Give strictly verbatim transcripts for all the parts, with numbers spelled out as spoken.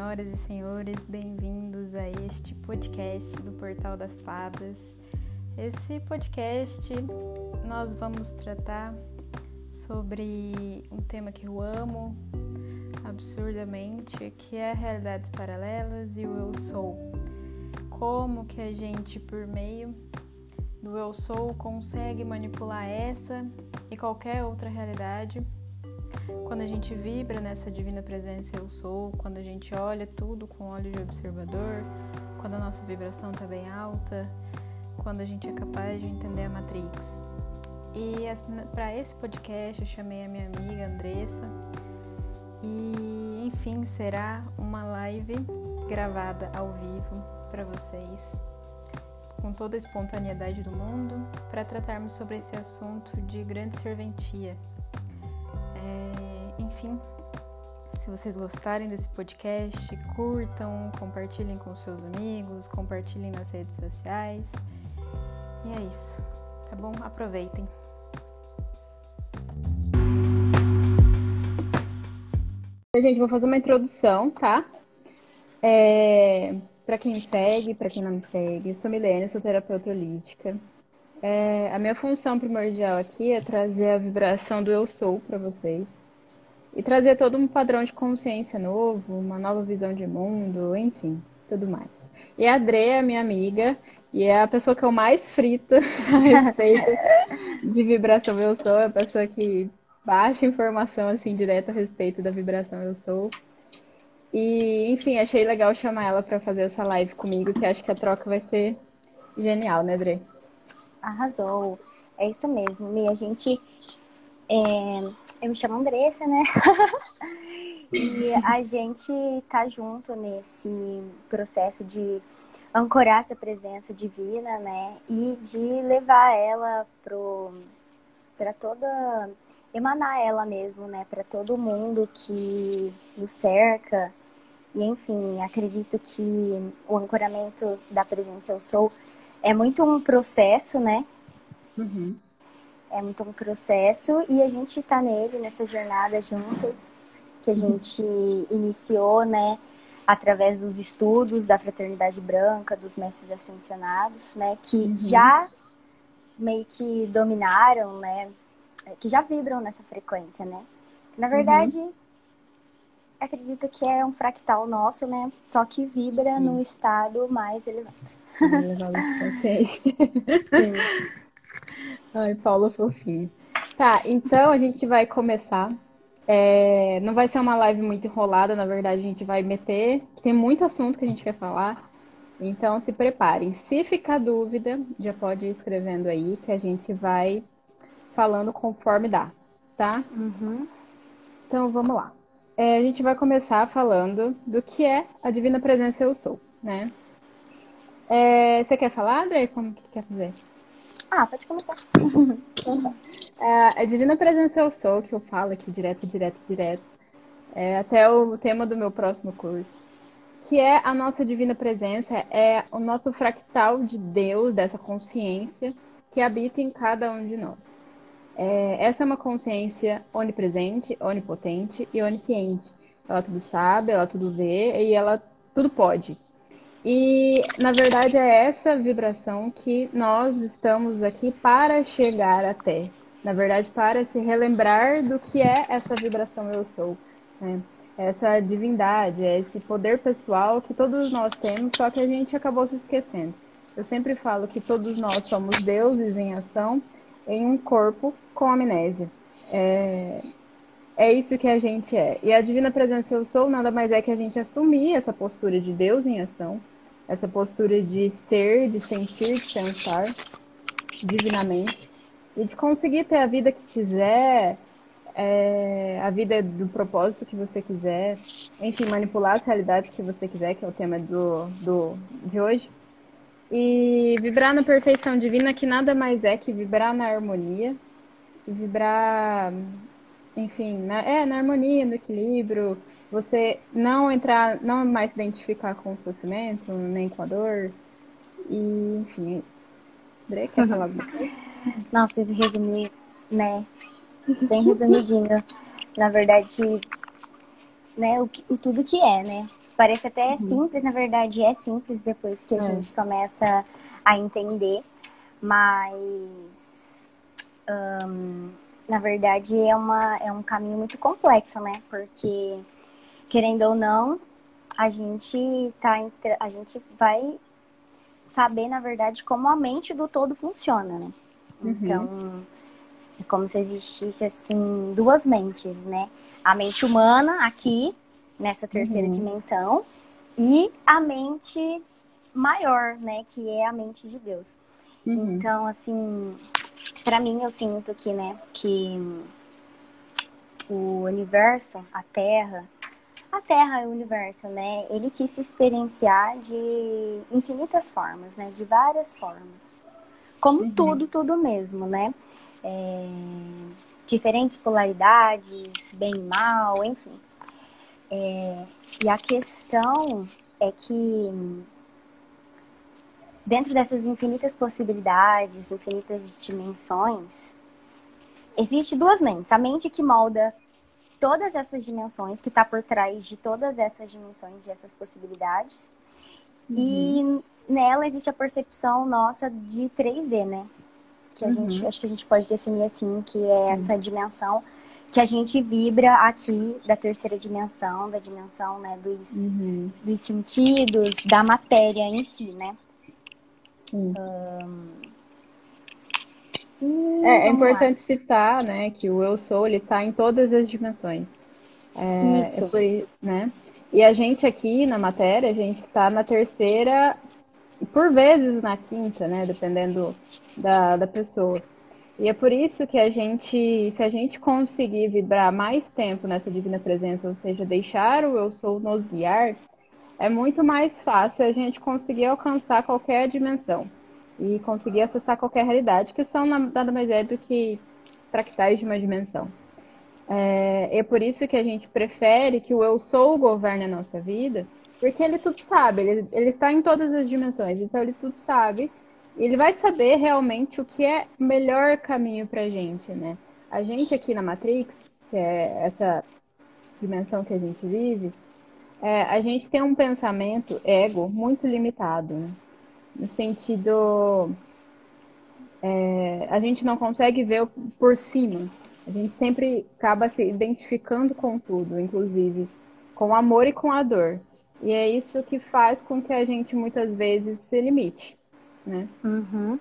senhoras e senhores, bem-vindos a este podcast do Portal das Fadas. Esse podcast nós vamos tratar sobre um tema que eu amo absurdamente, que é realidades paralelas e o eu sou. Como que a gente, por meio do eu sou, consegue manipular essa e qualquer outra realidade. Quando a gente vibra nessa divina presença eu sou, quando a gente olha tudo com olho de observador, quando a nossa vibração está bem alta, quando a gente é capaz de entender a Matrix. E para esse podcast eu chamei a minha amiga Andressa e, enfim, será uma live gravada ao vivo para vocês, com toda a espontaneidade do mundo, para tratarmos sobre esse assunto de grande serventia. É, enfim, se vocês gostarem desse podcast, curtam, compartilhem com seus amigos, compartilhem nas redes sociais. E é isso, tá bom? Aproveitem. Gente, vou fazer uma introdução, tá? É, para quem me segue, para quem não me segue, eu sou Milene, sou terapeuta holística. É, a minha função primordial aqui é trazer a vibração do eu sou para vocês e trazer todo um padrão de consciência novo, uma nova visão de mundo, enfim, tudo mais. E a Adrê é minha amiga e é a pessoa que eu mais frito a respeito de vibração eu sou, é a pessoa que baixa informação assim direta a respeito da vibração eu sou. E, enfim, achei legal chamar ela para fazer essa live comigo, que acho que a troca vai ser genial, né, Adrê? Arrasou. É isso mesmo. E a gente... É... Eu me chamo Andressa, né? E a gente tá junto nesse processo de ancorar essa presença divina, né? E de levar ela pro... para toda... emanar ela mesmo, né? Para todo mundo que nos cerca. E, enfim, acredito que o ancoramento da presença eu sou é muito um processo, né? Uhum. É muito um processo e a gente tá nele, nessa jornada juntas, que a gente iniciou, né? Através dos estudos da Fraternidade Branca, dos Mestres Ascensionados, né? Que Uhum. já meio que dominaram, né? Que já vibram nessa frequência, né? Na verdade, uhum. acredito que é um fractal nosso, né? Só que vibra Sim. no estado mais elevado. Elevado de consciência. Sim. Ai, Paula fofinho. Tá, então a gente vai começar. É, não vai ser uma live muito enrolada, na verdade a gente vai meter. Tem muito assunto que a gente quer falar. Então se preparem. Se ficar dúvida, já pode ir escrevendo aí, que a gente vai falando conforme dá, tá? Uhum. Então vamos lá. É, a gente vai começar falando do que é a Divina Presença Eu Sou, né? É, você quer falar, André? Como que quer fazer? Ah, pode começar. É, a Divina Presença Eu Sou, que eu falo aqui direto, direto, direto, é até o tema do meu próximo curso, que é a nossa Divina Presença, é o nosso fractal de Deus, dessa consciência que habita em cada um de nós. É, essa é uma consciência onipresente, onipotente e onisciente. Ela tudo sabe, ela tudo vê e ela tudo pode. E, na verdade, é essa vibração que nós estamos aqui para chegar até. Na verdade, para se relembrar do que é essa vibração eu sou, né? Essa divindade, esse poder pessoal que todos nós temos, só que a gente acabou se esquecendo. Eu sempre falo que todos nós somos deuses em ação em um corpo com amnésia. É, é isso que a gente é. E a Divina Presença Eu Sou nada mais é que a gente assumir essa postura de Deus em ação, essa postura de ser, de sentir, de pensar divinamente e de conseguir ter a vida que quiser, é, a vida do propósito que você quiser, enfim, manipular as realidades que você quiser, que é o tema do, do, de hoje. E vibrar na perfeição divina, que nada mais é que vibrar na harmonia, vibrar, enfim, na, é, na harmonia, no equilíbrio, você não entrar, não mais se identificar com o sofrimento, nem com a dor, e, enfim. André, quer falar alguma coisa? Nossa, isso resumiu, né? Bem resumidinho. Na verdade, né, o, o tudo que é, né? Parece até Uhum. simples, na verdade é simples depois que a É. gente começa a entender, mas hum, na verdade é, uma, é um caminho muito complexo, né? Porque, querendo ou não, a gente, tá, entre- a gente vai saber, na verdade, como a mente do todo funciona, né? Uhum. Então, é como se existisse, assim, duas mentes, né? A mente humana aqui, nessa terceira Uhum. dimensão, e a mente maior, né? Que é a mente de Deus. Uhum. Então, assim, pra mim, eu sinto que, né, que o universo, a Terra, a Terra e o universo, né, ele quis se experienciar de infinitas formas, né, de várias formas. Como Uhum. tudo, tudo mesmo, né? É, diferentes polaridades, bem e mal, enfim. É, e a questão é que dentro dessas infinitas possibilidades, infinitas dimensões, existe duas mentes. A mente que molda todas essas dimensões, que está por trás de todas essas dimensões e essas possibilidades. Uhum. E nela existe a percepção nossa de três D, né? Que a gente, Uhum. acho que a gente pode definir assim, que é essa dimensão que a gente vibra aqui da terceira dimensão, da dimensão, né, dos, Uhum. dos sentidos, da matéria em si, né? Sim. E É, é vamos lá. importante citar, né, que o eu sou, ele está em todas as dimensões. É, é Isso. por, i- né? E a gente aqui na matéria, a gente está na terceira e por vezes na quinta, né, dependendo da, da pessoa. E é por isso que a gente, se a gente conseguir vibrar mais tempo nessa divina presença, ou seja, deixar o eu sou nos guiar, é muito mais fácil a gente conseguir alcançar qualquer dimensão e conseguir acessar qualquer realidade, que são nada mais é do que fractais de uma dimensão. É, é por isso que a gente prefere que o eu sou governe a nossa vida, porque ele tudo sabe, ele, ele está em todas as dimensões, então ele tudo sabe, e ele vai saber realmente o que é o melhor caminho para a gente, né? A gente aqui na Matrix, que é essa dimensão que a gente vive, é, a gente tem um pensamento ego muito limitado, né? No sentido, é, a gente não consegue ver por cima. A gente sempre acaba se identificando com tudo, inclusive com o amor e com a dor. E é isso que faz com que a gente muitas vezes se limite, né? Uhum.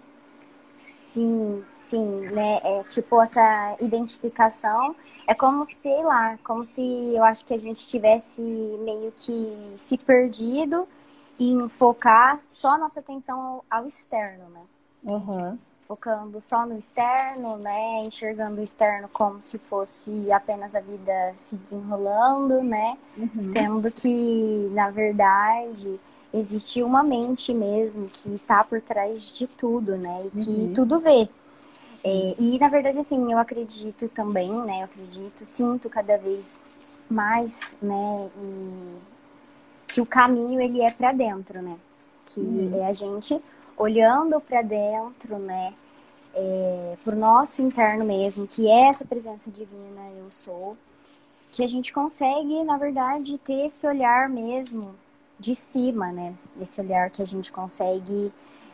Sim, sim, né? É tipo essa identificação. É como, sei lá, como se eu acho que a gente tivesse meio que se perdido em focar só a nossa atenção ao, ao externo, né? Uhum. Focando só no externo, né? Enxergando o externo como se fosse apenas a vida se desenrolando, né? Uhum. Sendo que, na verdade, existe uma mente mesmo que está por trás de tudo, né? E que Uhum. tudo vê. É, e, na verdade, assim, eu acredito também, né? Eu acredito, sinto cada vez mais, né? E que o caminho, ele é para dentro, né? Que Uhum. é a gente olhando para dentro, né? É, pro nosso interno mesmo, que é essa presença divina, eu sou, que a gente consegue, na verdade, ter esse olhar mesmo de cima, né? Esse olhar que a gente consegue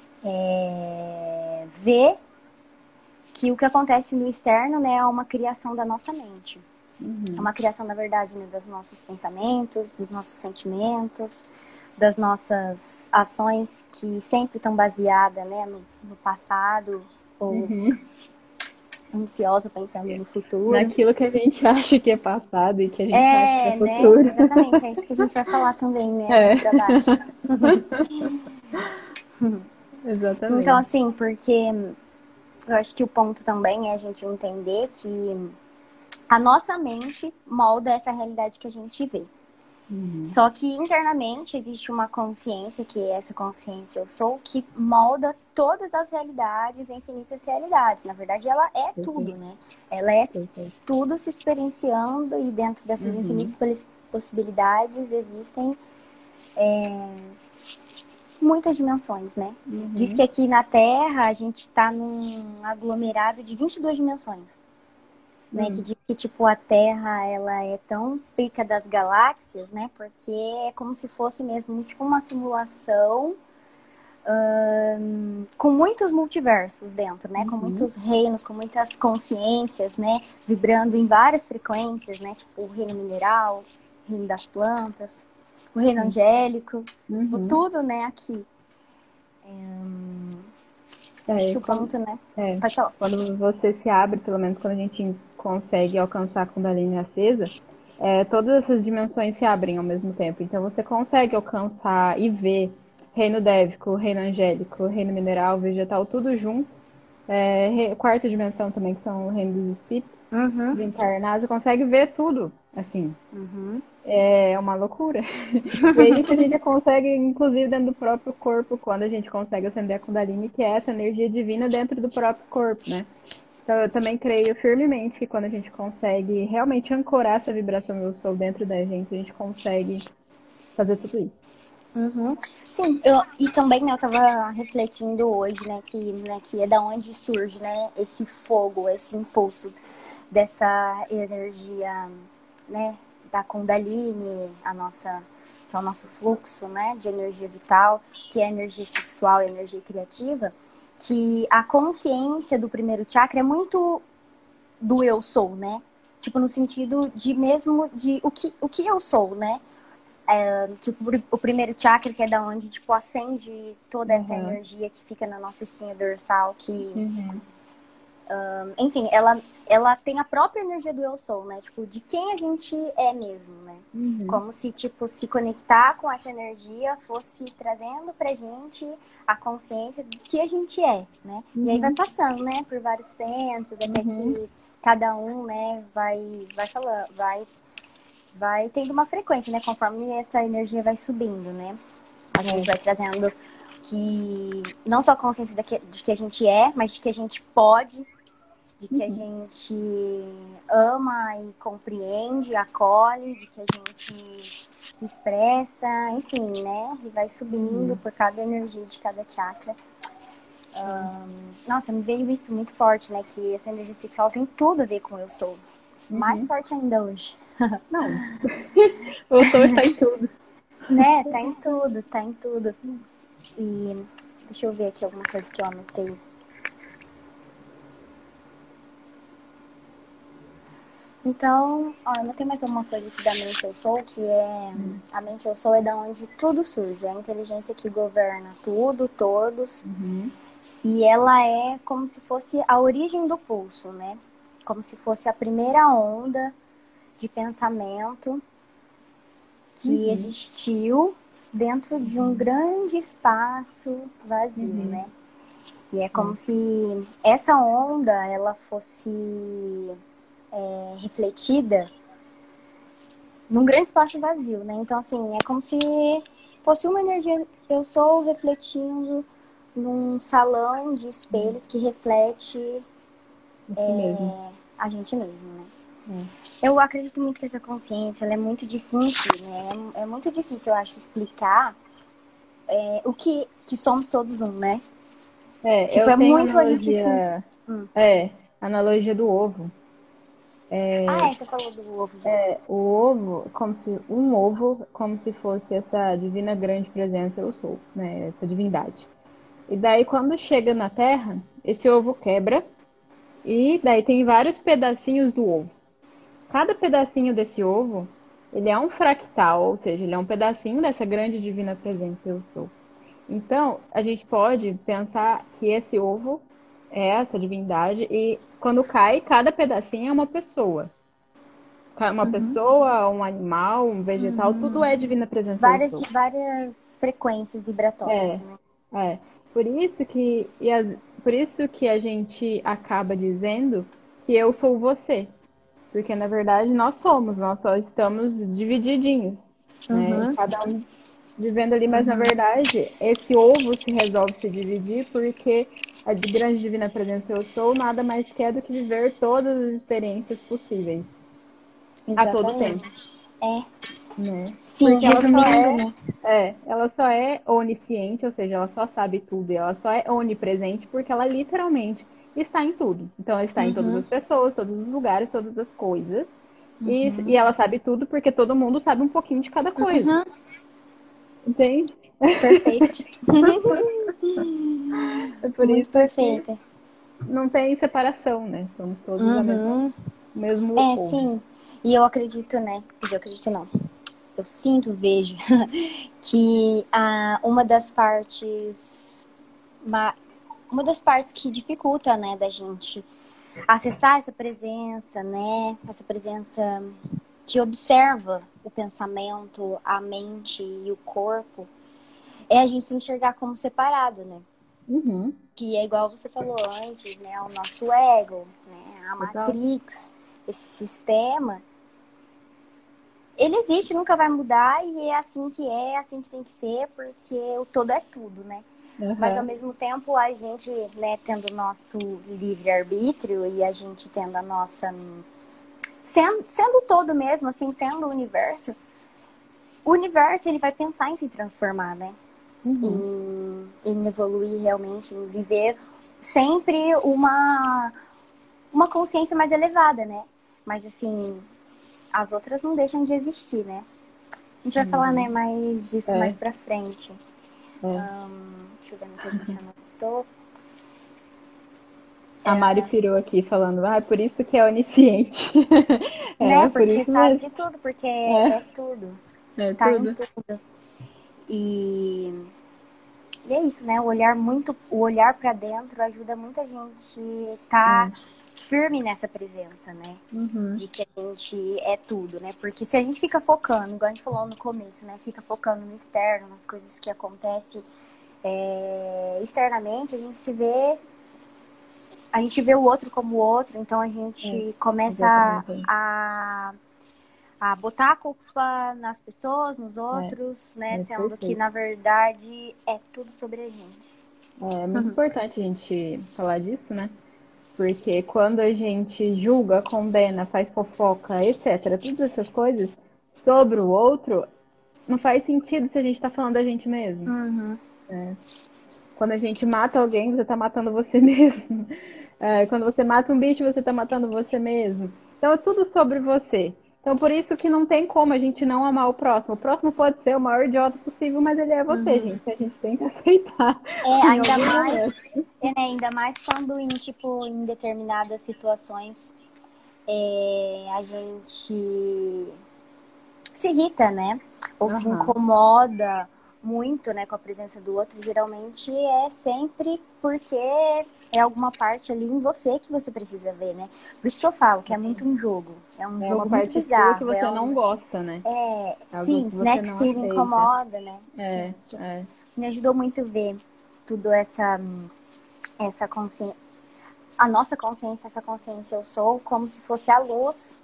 é, ver que o que acontece no externo, né, é uma criação da nossa mente. É Uhum. uma criação, na verdade, né, dos nossos pensamentos, dos nossos sentimentos, das nossas ações que sempre estão baseadas, né, no, no passado ou Uhum. ansiosa pensando no futuro. Naquilo que a gente acha que é passado e que a gente acha que é É, né? futuro. Exatamente, é isso que a gente vai falar também, né, mais É. pra baixo. Então, Exatamente. assim, porque eu acho que o ponto também é a gente entender que a nossa mente molda essa realidade que a gente vê. Uhum. Só que internamente existe uma consciência, que é essa consciência eu sou, que molda todas as realidades, infinitas realidades. Na verdade, ela é tudo, Perfeito, né? Ela é perfeito. tudo se experienciando e dentro dessas Uhum. infinitas possibilidades existem é, muitas dimensões, né? Diz que Uhum. aqui na Terra a gente está num aglomerado de vinte e duas dimensões. né? Hum. Que diz que, tipo, a Terra, ela é tão pica das galáxias, né? Porque é como se fosse mesmo, tipo, uma simulação hum, com muitos multiversos dentro, né? Com Uhum. muitos reinos, com muitas consciências, né? Vibrando em várias frequências, né? Tipo, o reino mineral, o reino das plantas, o reino Sim. angélico, tipo, Uhum. tudo, né? Aqui. Hum, acho É, que o quando, ponto, né? é, Pode falar. quando você se abre, pelo menos quando a gente consegue alcançar a Kundalini acesa, é, todas essas dimensões se abrem ao mesmo tempo. Então você consegue alcançar e ver reino dévico, reino angélico, reino mineral, vegetal, tudo junto. É, re- quarta dimensão também, que são o reino dos espíritos, Uhum, desencarnados, você consegue ver tudo, assim. uhum, É uma loucura. E é isso que a gente consegue, inclusive, dentro do próprio corpo, quando a gente consegue acender a Kundalini, que é essa energia divina dentro do próprio corpo, né? Então, eu também creio firmemente que quando a gente consegue realmente ancorar essa vibração eu sou dentro da gente, a gente consegue fazer tudo isso. uhum. Sim, eu, e também, né, eu tava refletindo hoje, né, que, né, que é da onde surge, né, esse fogo, esse impulso dessa energia, né, da Kundalini, a nossa, que é o nosso fluxo, né, de energia vital, que é a energia sexual e a energia criativa, que a consciência do primeiro chakra é muito do eu sou, né? Tipo, no sentido de mesmo de o que, o que eu sou, né? É, tipo, o primeiro chakra, que é da onde, tipo, acende toda essa Uhum. energia que fica na nossa espinha dorsal, que, Uhum. enfim, ela, ela tem a própria energia do eu sou, né? Tipo, de quem a gente é mesmo, né? Uhum. Como se, tipo, se conectar com essa energia fosse trazendo pra gente a consciência do que a gente é, né? E aí vai Uhum. passando, né, por vários centros, até Uhum. que cada um, né, vai, vai falando, vai, vai tendo uma frequência, né? Conforme essa energia vai subindo, né? A gente É. vai trazendo que não só consciência de que, de que a gente é, mas de que a gente pode, de que a Uhum. gente ama e compreende, acolhe, de que a gente se expressa, enfim, né? E vai subindo Uhum. por cada energia de cada chakra. Um, nossa, me veio isso muito forte, né? Que essa energia sexual tem tudo a ver com eu sou. Mais Uhum. forte ainda hoje. Não. O sou está em tudo. Né? Tá em tudo, tá em tudo. E deixa eu ver aqui alguma coisa que eu anotei. Então, ó, eu anotei mais alguma coisa aqui da mente eu sou, que é a mente eu sou é da onde tudo surge, é a inteligência que governa tudo, todos, Uhum. e ela é como se fosse a origem do pulso, né? Como se fosse a primeira onda de pensamento que Uhum. existiu dentro de um grande espaço vazio, Uhum. né? E é como É. se essa onda ela fosse é, refletida num grande espaço vazio, né? Então, assim, é como se fosse uma energia eu sou refletindo num salão de espelhos que reflete Isso mesmo. é, a gente mesmo, né? É. Eu acredito muito que essa consciência ela é muito de sentir, né? É, é muito difícil, eu acho, explicar é, o que, que somos todos um, né? É, Tipo, eu é tenho muito a gente se... analogia, Hum. é, analogia do ovo. Ah, é, você falou do ovo já. É, o ovo, como se um ovo, como se fosse essa divina grande presença eu sou, né? Essa divindade. E daí quando chega na Terra, esse ovo quebra e daí tem vários pedacinhos do ovo. Cada pedacinho desse ovo, ele é um fractal, ou seja, ele é um pedacinho dessa grande divina presença eu sou. Então, a gente pode pensar que esse ovo é essa divindade e quando cai, cada pedacinho é uma pessoa. Uma Uhum. pessoa, um animal, um vegetal, tudo Uhum. é divina presença eu Várias, sou. várias frequências vibratórias, É, né? é. Por isso que, e as, por isso que a gente acaba dizendo que eu sou você. Porque, na verdade, nós somos, nós só estamos divididinhos, né? Uhum. Cada um vivendo ali, mas na Uhum. verdade, esse ovo se resolve se dividir porque a de grande divina presença eu sou nada mais quer do que viver todas as experiências possíveis a todo tempo, Exatamente. É. né? Sim, Porque ela só resumindo, é, né? é, ela só é onisciente, ou seja, ela só sabe tudo, e ela só é onipresente porque ela literalmente está em tudo. Então, ela está em todas Uhum. as pessoas, todos os lugares, todas as coisas. E, e Uhum. ela sabe tudo porque todo mundo sabe um pouquinho de cada coisa. Uhum. Entende? Perfeito. É por Muito isso que perfeita. não tem separação, né? Somos todos a mesma, Uhum. o mesmo É, ovo. sim. E eu acredito, né? Quer dizer, eu acredito não. Eu sinto, vejo, que a, uma das partes. Uma, uma das partes que dificulta, né, da gente acessar essa presença, né? Essa presença que observa o pensamento, a mente e o corpo, é a gente se enxergar como separado, né? Uhum. Que é igual você falou antes, né? O nosso ego, né? A Total. Matrix, esse sistema, ele existe, nunca vai mudar e é assim que é, é assim que tem que ser, porque o todo é tudo, né? Mas ao Uhum. mesmo tempo a gente, né, tendo o nosso livre-arbítrio e a gente tendo a nossa. Sendo, sendo o todo mesmo, assim, sendo o universo, o universo ele vai pensar em se transformar, né? Uhum. Em, em evoluir realmente, em viver sempre uma, uma consciência mais elevada, né? Mas assim, as outras não deixam de existir, né? A gente vai falar, né, Uhum. mais disso mais É, pra frente. é. Hum, deixa eu ver no que a gente anotou. A Mari pirou aqui falando, ah, por isso que é onisciente. Né? É, por Porque isso sabe mesmo. de tudo, porque É, é tudo. é Tá em tudo. tudo. E, e é isso, né? O olhar muito, o olhar para dentro ajuda muito a gente tá É. firme nessa presença, né? Uhum. De que a gente é tudo, né? Porque se a gente fica focando, igual a gente falou no começo, né? Fica focando no externo, nas coisas que acontecem é, externamente, a gente se vê, a gente vê o outro como o outro, então a É, gente começa exatamente. a, a botar a culpa nas pessoas, nos É, outros, né? é Sendo que, perfeito. na verdade, é tudo sobre a gente. É muito importante a gente falar disso, né? Porque quando a gente julga, condena, faz fofoca, etcétera, todas essas coisas sobre o outro, não faz sentido se a gente tá falando da gente mesmo. Uhum. Quando a gente mata alguém, você tá matando você mesmo. É, quando você mata um bicho, você tá matando você mesmo. Então é tudo sobre você. Então por isso que não tem como a gente não amar o próximo. O próximo pode ser o maior idiota possível, mas ele é você, Uhum. gente. A gente tem que aceitar É, em ainda algum mais, momento. é, né, ainda mais quando em, tipo, em determinadas situações é, a gente se irrita, né? Ou se Aham, incomoda muito, né, com a presença do outro, geralmente é sempre porque é alguma parte ali em você que você precisa ver, né? Por isso que eu falo que é muito um jogo. É um é uma jogo muito parte sua que bizarro. É você um, não gosta, né? é, Algo sim, que né, você que não se aceita. incomoda, né? É, Sim. Que é. me ajudou muito ver tudo essa, essa consciência, a nossa consciência, essa consciência eu sou, como se fosse a luz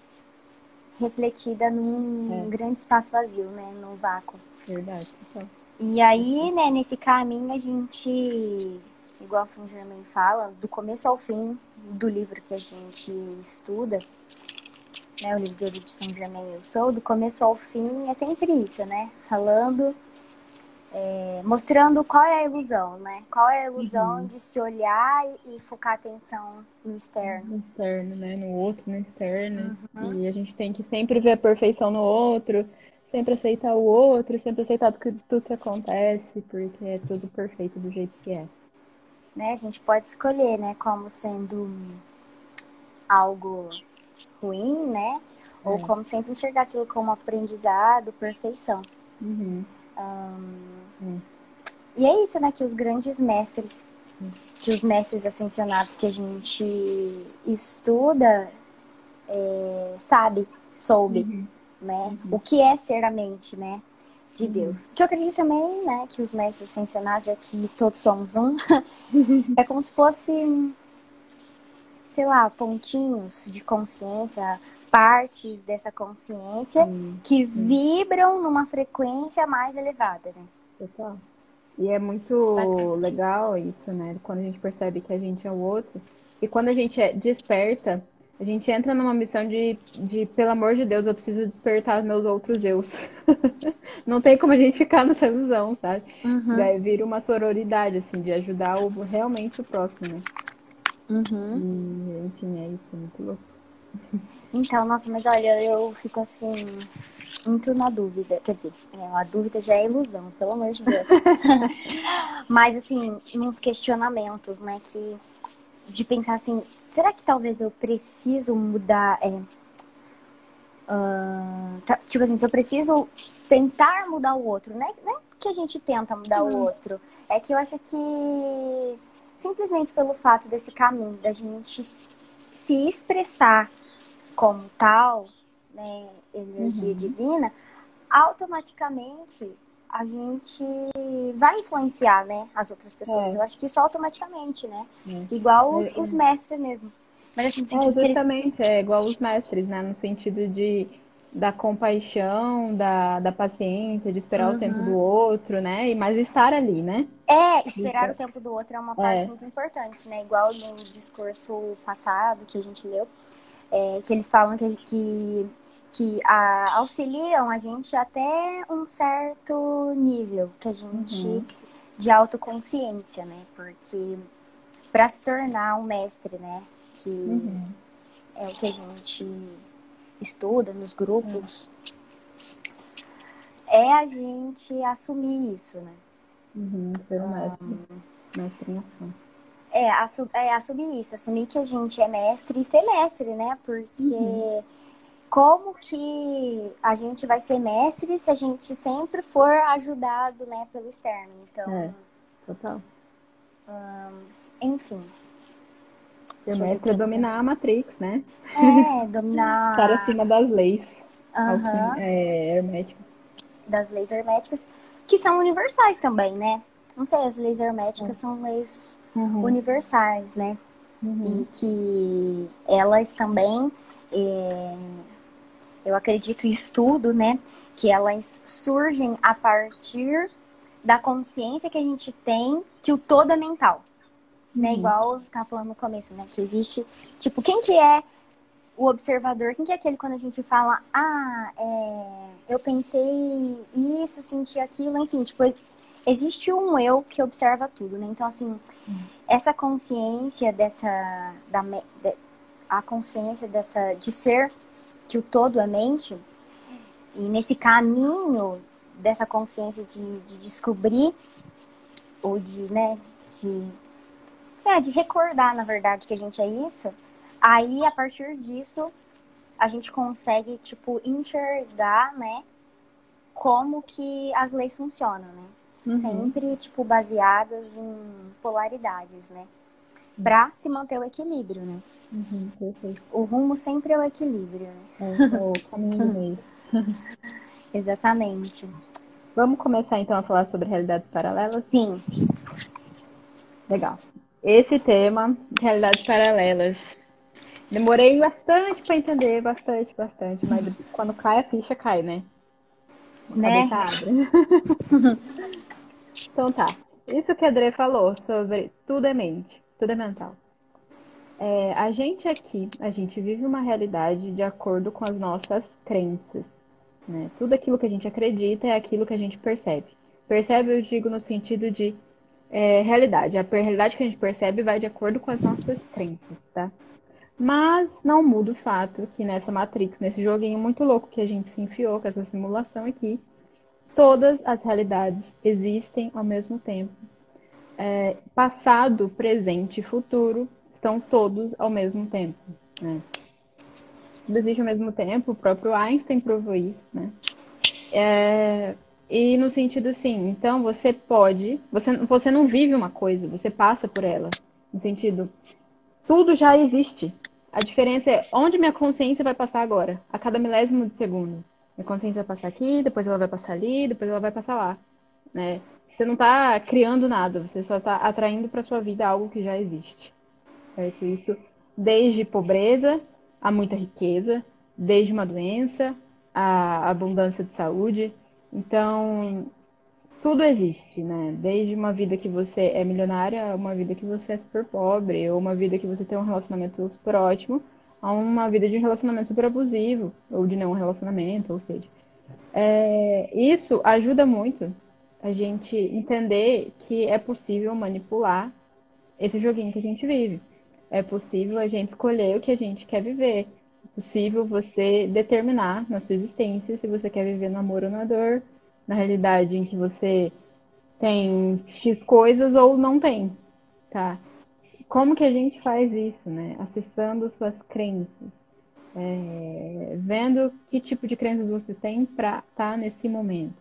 refletida num É, grande espaço vazio, né? Num vácuo. verdade. Então, E aí, né, nesse caminho a gente, igual São Germain fala, do começo ao fim do livro que a gente estuda, né, o livro de Ouro de São Germain Eu Sou, do começo ao fim é sempre isso, né? Falando, é, mostrando qual é a ilusão, né? Qual é a ilusão uhum. de se olhar e, e focar a atenção no externo. No externo, né? No outro, no externo. E a gente tem que sempre ver a perfeição no outro, sempre aceitar o outro, sempre aceitar tudo que, tudo que acontece, porque é tudo perfeito do jeito que é. Né? A gente pode escolher, né, como sendo algo ruim, né? Ou É. como sempre enxergar aquilo como aprendizado, perfeição. Uhum. É. E é isso, né, que os grandes mestres, que os mestres ascensionados que a gente estuda, é, sabe, soube, Uhum. né? O Uhum. que é ser a mente, né? De Uhum. Deus. Que eu acredito também, né, que os mestres ascensionados, já que todos somos um, é como se fosse, sei lá, pontinhos de consciência, partes dessa consciência Sim, que sim, vibram numa frequência mais elevada, né? total. E é muito Basicamente isso. legal isso, né? Quando a gente percebe que a gente é o outro. E quando a gente é desperta, a gente entra numa missão de, de, pelo amor de Deus, eu preciso despertar os meus outros eus. Não tem como a gente ficar nessa ilusão, sabe? Uhum. Daí vira uma sororidade, assim, de ajudar o, realmente o próximo, né? Uhum. E, enfim, é isso, muito louco. Então, nossa, mas olha, eu fico assim, muito na dúvida. Quer dizer, é, a dúvida já é ilusão, pelo amor de Deus. Mas, assim, uns questionamentos, né? Que, de pensar assim, será que talvez eu preciso mudar? É, ah, tá- tipo assim, se eu preciso tentar mudar o outro, né? Não é que a gente tenta mudar o outro. É que eu acho que simplesmente pelo fato desse caminho, da gente s- se expressar como tal, né, energia Uhum. divina, automaticamente a gente vai influenciar, né, as outras pessoas. É, Eu acho que isso automaticamente, né? é. Igual os, os É, mestres mesmo. Mas assim, no é, sentido que eles. justamente, é igual os mestres, né? No sentido de da compaixão, da, da paciência, de esperar o tempo do Uhum. outro, né? E mais estar ali, né? É, Isso, esperar o tempo do outro é uma parte é. muito importante, né? Igual no discurso passado que a gente leu, é, que eles falam que, que, que a, auxiliam a gente até um certo nível que a gente Uhum, de autoconsciência, né? Porque para se tornar um mestre, né? Que uhum, é o que a gente estuda nos é, grupos, é a gente assumir isso, né? uhum, ser um mestre, mestre em ação. É, assu é assumir isso, assumir que a gente é mestre e ser mestre, né? Uhum, Porque como que a gente vai ser mestre se a gente sempre for ajudado, né, pelo externo? Então, é, total. enfim, Ser deixa eu ver mestre é aqui. dominar a Matrix, né? É, Estar dominar, acima das leis alquim, aham, é, herméticas. das leis herméticas, que são universais também, né? Não sei, as leis herméticas É. são leis Uhum, universais, né? E uhum, que elas também, é, eu acredito em estudo, né? Que elas surgem a partir da consciência que a gente tem que o todo é mental. Né? uhum, Igual eu tava falando no começo, né? Que existe, tipo, quem que é o observador? Quem que é aquele quando a gente fala, ah, é, eu pensei isso, senti aquilo, enfim, tipo, existe um eu que observa tudo, né? Então, assim, essa consciência dessa, da, de, a consciência dessa, de ser que o todo é mente, e nesse caminho dessa consciência de, de descobrir, ou de, né, de, é, de recordar, na verdade, que a gente é isso, aí, a partir disso, a gente consegue, tipo, enxergar, né, como que as leis funcionam, né? uhum, Sempre, tipo, baseadas em polaridades, né? Pra se manter o equilíbrio, né? uhum, perfeito. O rumo sempre é o equilíbrio, né? É, é o caminho do meio. Exatamente. Vamos começar então a falar sobre realidades paralelas? Sim, Legal. Esse tema, realidades paralelas, demorei bastante para entender, bastante, bastante, mas quando cai a ficha, cai, né? A né? cabeça abre. Então tá. Isso que a Dre falou sobre tudo é mente, tudo é mental. É, a gente aqui, a gente vive uma realidade de acordo com as nossas crenças, né? Tudo aquilo que a gente acredita é aquilo que a gente percebe. Percebe, eu digo no sentido de é, realidade. A realidade que a gente percebe vai de acordo com as nossas crenças, tá? Mas não muda o fato que nessa Matrix, nesse joguinho muito louco que a gente se enfiou com essa simulação aqui, todas as realidades existem ao mesmo tempo. É, passado, presente e futuro estão todos ao mesmo tempo, né? Tudo existe ao mesmo tempo, o próprio Einstein provou isso, né? É, e no sentido assim, então você pode, você, você não vive uma coisa, você passa por ela. No sentido, tudo já existe. A diferença é onde minha consciência vai passar agora, a cada milésimo de segundo. Minha consciência vai passar aqui, depois ela vai passar ali, depois ela vai passar lá, né? Você não está criando nada, você só está atraindo para sua vida algo que já existe, certo? Isso desde pobreza a muita riqueza, desde uma doença a abundância de saúde. Então, tudo existe, né? Desde uma vida que você é milionária, a uma vida que você é super pobre, ou uma vida que você tem um relacionamento super ótimo, a uma vida de um relacionamento super abusivo, ou de nenhum relacionamento, ou seja. É, isso ajuda muito a gente entender que é possível manipular esse joguinho que a gente vive. É possível a gente escolher o que a gente quer viver. É possível você determinar na sua existência se você quer viver no amor ou na dor, na realidade em que você tem X coisas ou não tem, tá? Como que a gente faz isso, né? Acessando suas crenças, é, vendo que tipo de crenças você tem para estar nesse momento.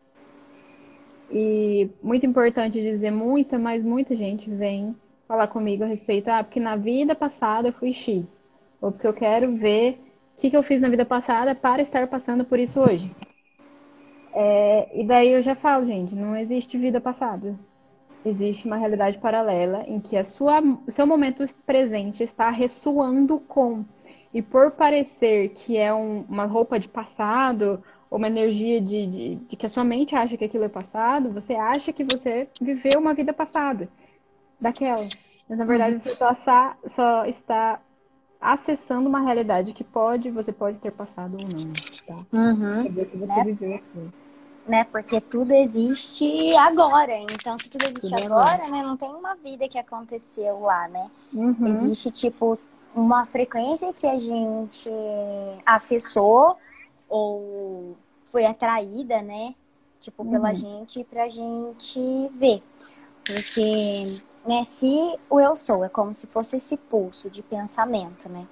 E muito importante dizer, muita, mas muita gente vem falar comigo a respeito, ah, porque na vida passada eu fui X, ou porque eu quero ver o que, que eu fiz na vida passada para estar passando por isso hoje. É, e daí eu já falo, gente, não existe vida passada. Existe uma realidade paralela em que a sua, o seu momento presente está ressoando com. E por parecer que é um, uma roupa de passado, ou uma energia de, de, de que a sua mente acha que aquilo é passado, você acha que você viveu uma vida passada daquela. Mas na Uhum. verdade você só, sa- só está acessando uma realidade que pode, você pode ter passado ou não, tá? Uhum. Quer dizer que você Né? viveu aquilo. Né? Porque tudo existe agora. Então, se tudo existe Tudo é agora. agora, né? Não tem uma vida que aconteceu lá, né? Uhum, Existe, tipo, uma frequência que a gente acessou ou foi atraída, né? Tipo, pela uhum, gente pra gente ver. Porque, né, se o eu sou é como se fosse esse pulso de pensamento, né?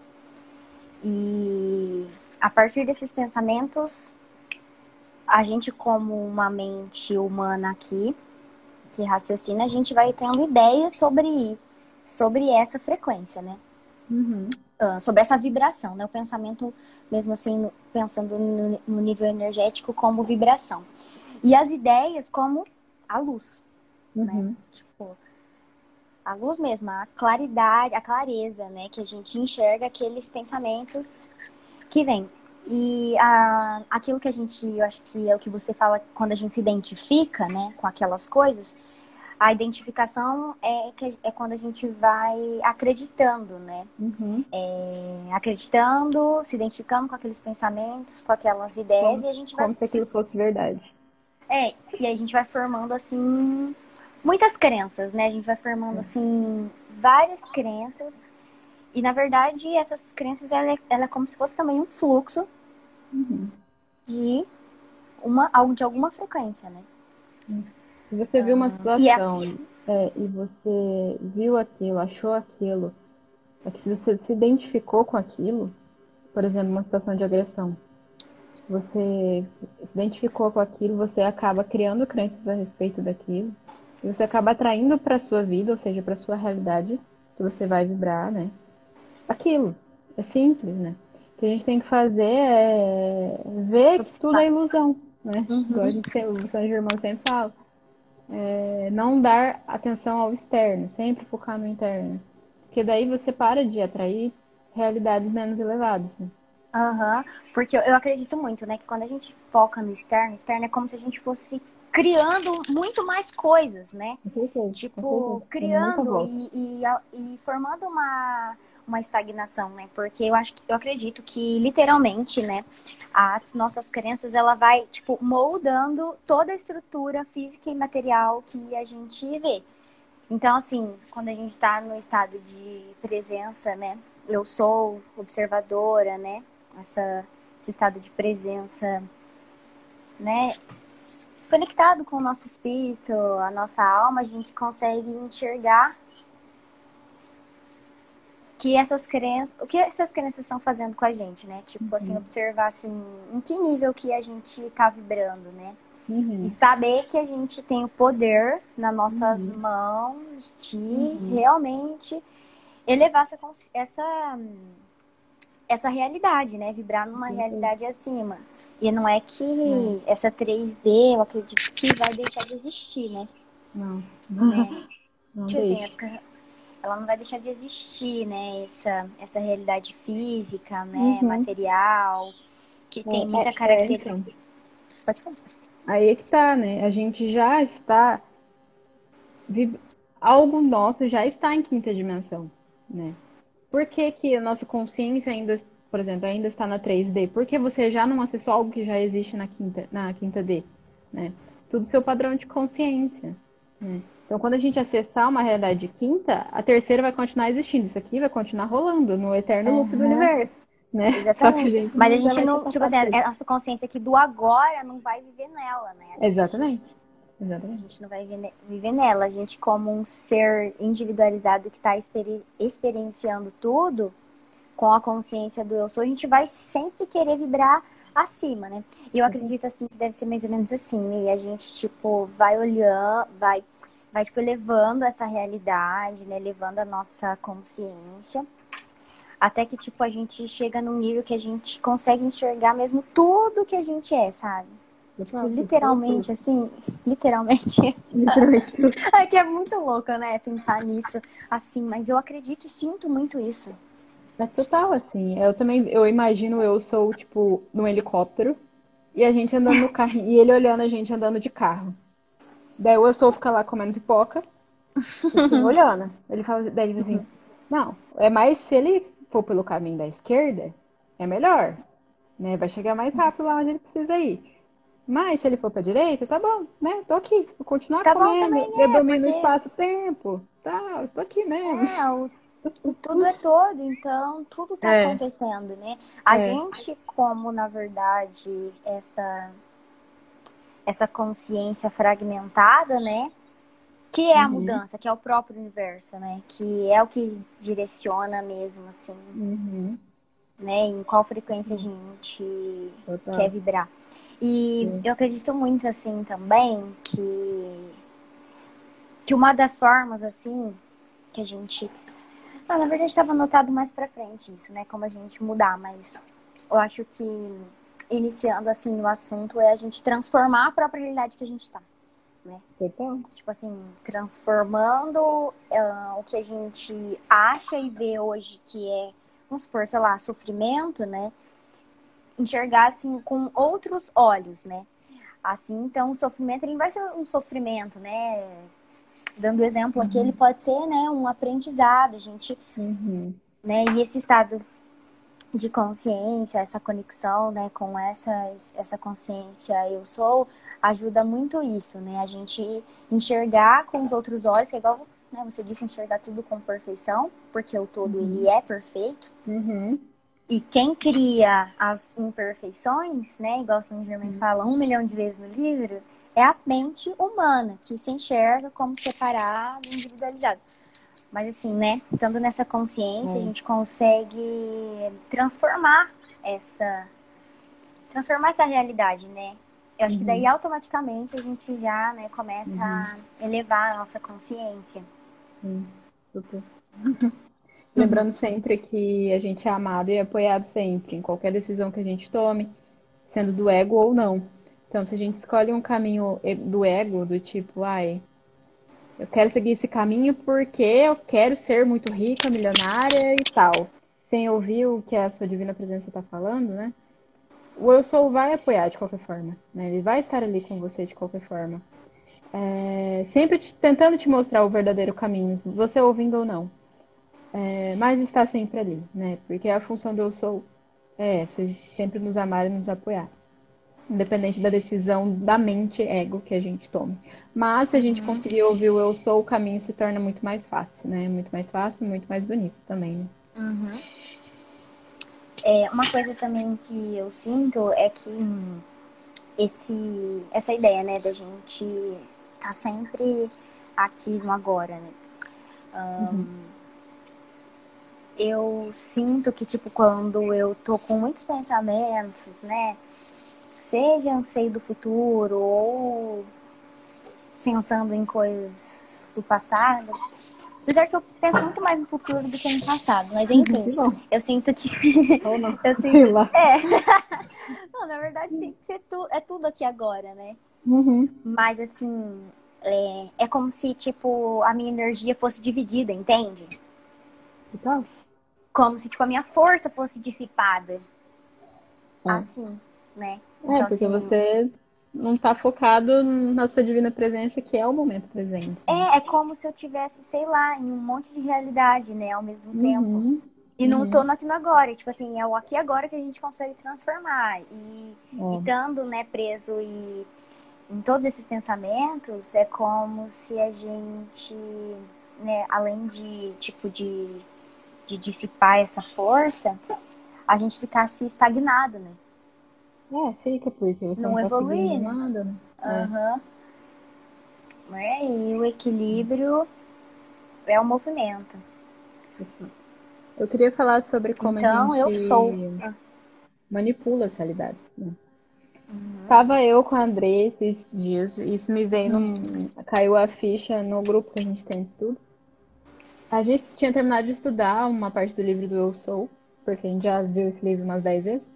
E a partir desses pensamentos, a gente, como uma mente humana aqui, que raciocina, a gente vai tendo ideias sobre, sobre essa frequência, né? uhum, Uh, sobre essa vibração, né? O pensamento, mesmo assim, pensando no, no nível energético como vibração. E as ideias como a luz, né? uhum. Tipo, a luz mesmo, a claridade, a clareza, né? Que a gente enxerga aqueles pensamentos que vêm. E a, aquilo que a gente, eu acho que é o que você fala quando a gente se identifica, né? Com aquelas coisas, a identificação é, que, é quando a gente vai acreditando, né? Uhum. É, acreditando, se identificando com aqueles pensamentos, com aquelas ideias, Como, e a gente vai como se aquilo fosse verdade. é, e aí a gente vai formando assim muitas crenças, né? A gente vai formando assim várias crenças. E na verdade, essas crenças ela é, ela é como se fosse também um fluxo Uhum. de uma algo de alguma frequência, né? Se você viu uma E é situação, é, e você viu aquilo, achou aquilo, é que se você se identificou com aquilo, por exemplo, uma situação de agressão, você se identificou com aquilo, você acaba criando crenças a respeito daquilo, e você acaba atraindo para sua vida, ou seja, para sua realidade, que você vai vibrar, né? Aquilo. É simples, né? O que a gente tem que fazer é ver que tudo é observar. ilusão, né? Igual a Uhum. gente, o São Germão sempre fala. É não dar atenção ao externo, sempre focar no interno. Porque daí você para de atrair realidades menos elevadas, né? Aham. Porque eu, eu acredito muito, né? Que quando a gente foca no externo, externo é como se a gente fosse criando muito mais coisas, né? Com certeza, com Tipo, certeza. Dando muita criando volta. e, e, e formando uma, uma estagnação, né? Porque eu acho que eu acredito que literalmente, né, as nossas crenças ela vai, tipo, moldando toda a estrutura física e material que a gente vê. Então, assim, quando a gente está no estado de presença, né? Eu sou observadora, né? Essa, esse estado de presença, né? Conectado com o nosso espírito, a nossa alma, a gente consegue enxergar que essas crenças, o que essas crenças estão fazendo com a gente, né? Tipo assim, Uhum. observar assim, em que nível que a gente tá vibrando, né? E Uhum. saber que a gente tem o poder nas nossas Uhum. mãos de Uhum. realmente elevar essa, essa, essa realidade, né? Vibrar Com numa certeza. realidade acima. E não é É, que essa três D, eu acredito que vai deixar de existir, né? não. né? Não Tipo assim, deixe. ela não vai deixar de existir, né? Essa, essa realidade física, né? Uhum. Material, que tem É, muita é, é, característica. então. Pode falar. Aí é que tá, né? A gente já está. vib- Algo nosso já está em quinta dimensão, né? Por que que a nossa consciência ainda, por exemplo, ainda está na três D? Porque você já não acessou algo que já existe na quinta, na quinta D, né? Tudo seu padrão de consciência. É. Então, quando a gente acessar uma realidade de quinta, a terceira vai continuar existindo. Isso aqui vai continuar rolando no eterno loop do Aham, universo, né? Só que a exatamente. gente Mas a não já gente vai ter não, tipo assim, passado a por isso. a nossa consciência aqui do agora não vai viver nela, né? A gente, Exatamente. a Exatamente. gente não vai viver ne- viver nela. A gente, como um ser individualizado que está experienciando tudo, com a consciência do eu sou, a gente vai sempre querer vibrar acima, né? E eu acredito, assim, que deve ser mais ou menos assim, e a gente, tipo, vai olhando, vai, vai, tipo, elevando essa realidade, né? Elevando a nossa consciência, até que, tipo, a gente chega num nível que a gente consegue enxergar mesmo tudo que a gente é, sabe? Tipo, Total, tudo, tudo, literalmente, tudo. assim, literalmente. Literalmente tudo. É que é muito louco, né? Pensar nisso, assim, mas eu acredito e sinto muito isso. É total, assim. Eu também, eu imagino eu sou, tipo, num helicóptero e a gente andando no carro e ele olhando a gente andando de carro. Daí o eu sou fica lá comendo pipoca, assim, olhando. Ele fala, daí ele diz assim, não, é mais se ele for pelo caminho da esquerda, é melhor, né? Vai chegar mais rápido lá onde ele precisa ir. Mas se ele for pra direita, tá bom, né? Tô aqui, vou continuar Tá bom comendo, também, eu é, domino o porque espaço-tempo, tá? Tô aqui mesmo. é, o, o tudo é todo, então tudo tá É, acontecendo, né? A é. gente, como na verdade, essa, essa consciência fragmentada, né? Que é a Uhum, mudança, que é o próprio universo, né? Que é o que direciona mesmo, assim, uhum. né? Em qual frequência a gente quer Total. vibrar. E Sim. eu acredito muito, assim, também, que, que uma das formas, assim, que a gente ah, na verdade, estava anotado mais pra frente isso, né? Como a gente mudar, mas eu acho que iniciando assim o assunto é a gente transformar a própria realidade que a gente tá, né? Total. Tipo assim, transformando uh, o que a gente acha e vê hoje que é, vamos supor, sei lá, sofrimento, né? Enxergar assim com outros olhos, né? Assim, então o sofrimento ele não vai ser um sofrimento, né? Dando exemplo aqui, ele Uhum. pode ser, né, um aprendizado, a gente, Uhum. né? E esse estado de consciência, essa conexão, né, com essa, essa consciência eu sou, ajuda muito isso, né? A gente enxergar com os outros olhos, que é igual, né, você disse, enxergar tudo com perfeição, porque o todo ele Uhum. é perfeito. Uhum. E quem cria as imperfeições, né, igual Saint Germain Uhum. fala um milhão de vezes no livro, é a mente humana, que se enxerga como separado, individualizado. Mas assim, né? Estando nessa consciência, a É. gente consegue transformar essa, transformar essa realidade, né? Eu acho que daí Uhum. automaticamente a gente já, né, começa Uhum. a elevar a nossa consciência. Sim. Super. Lembrando sempre que a gente é amado e apoiado sempre, em qualquer decisão que a gente tome, sendo do ego ou não. Então, se a gente escolhe um caminho e- do ego, do tipo, ai, eu quero seguir esse caminho porque eu quero ser muito rica, milionária e tal, sem ouvir o que a sua divina presença está falando, né? O eu sou vai apoiar de qualquer forma, né? Ele vai estar ali com você de qualquer forma. É, sempre te- tentando te mostrar o verdadeiro caminho, você ouvindo ou não. É, mas está sempre ali, né? Porque a função do eu sou é essa, sempre nos amar e nos apoiar. Independente da decisão da mente ego que a gente tome. Mas se a gente Uhum, conseguir ouvir o eu sou, o caminho se torna muito mais fácil, né? Muito mais fácil, muito mais bonito também, né? uhum. É, uma coisa também que eu sinto é que hum, esse, essa ideia, né, da gente tá sempre aqui no agora, né? Uhum. Eu sinto que, tipo, quando eu tô com muitos pensamentos, né? Seja anseio do futuro ou pensando em coisas do passado. Apesar que eu penso muito mais no futuro do que no passado. Mas enfim, Que bom. eu sinto que. Ou não. eu sinto. Sei lá. É. Não, na verdade tem que ser tu... é tudo aqui agora, né? Uhum. Mas assim, é... é como se, tipo, a minha energia fosse dividida, entende? Que tal? Como se, tipo, a minha força fosse dissipada. É. Assim, né? É, Então, porque assim, você não está focado na sua divina presença, que é o momento presente, né? é, é como se eu tivesse, sei lá, em um monte de realidade, né, ao mesmo tempo. Uhum. E não tô Uhum. no aqui no agora. E, tipo assim, é o aqui e agora que a gente consegue transformar. E, e É. estando, né, preso e em todos esses pensamentos, é como se a gente, né, além de, tipo, de, de dissipar essa força, a gente ficasse estagnado, né? É, fica, porque você não Não tá seguindo evoluir, né? nada, né? Aham. É, e o equilíbrio é o movimento. É. Eu queria falar sobre como a Então, eu sou. gente manipula as realidades, né? Uhum. Tava eu com a André esses dias, isso me veio num. Caiu a ficha no grupo que a gente tem de estudo. A gente tinha terminado de estudar uma parte do livro do Eu Sou, porque a gente já viu esse livro umas dez vezes.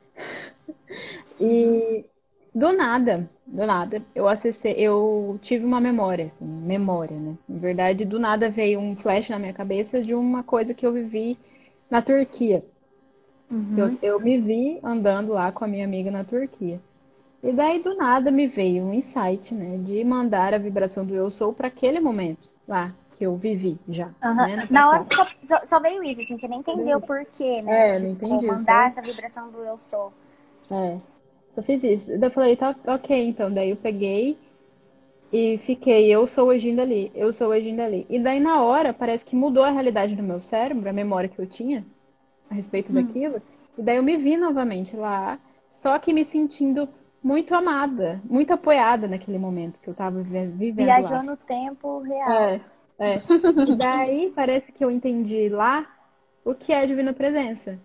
Uhum. E do nada, do nada, eu acessei, eu tive uma memória, assim, memória, né? Na verdade, do nada veio um flash na minha cabeça de uma coisa que eu vivi na Turquia. Eu, Uhum. eu me vi andando lá com a minha amiga na Turquia. E daí do nada me veio um insight, né, de mandar a vibração do eu sou para aquele momento lá que eu vivi já, Aham. né, no Na hora passado. só, só, só veio isso, assim, você nem entendeu Entendeu? por quê, né? É, não Tipo, entendi, mandar só, essa vibração do eu sou. é, só fiz isso. Daí eu falei, tá, ok, então. Daí eu peguei e fiquei, eu sou agindo ali, eu sou agindo ali. E daí na hora parece que mudou a realidade do meu cérebro, a memória que eu tinha a respeito Hum. daquilo. E daí eu me vi novamente lá, só que me sentindo muito amada, muito apoiada naquele momento que eu tava vive- vivendo lá. Viajou no tempo real. É, é. E daí parece que eu entendi lá o que é divina presença.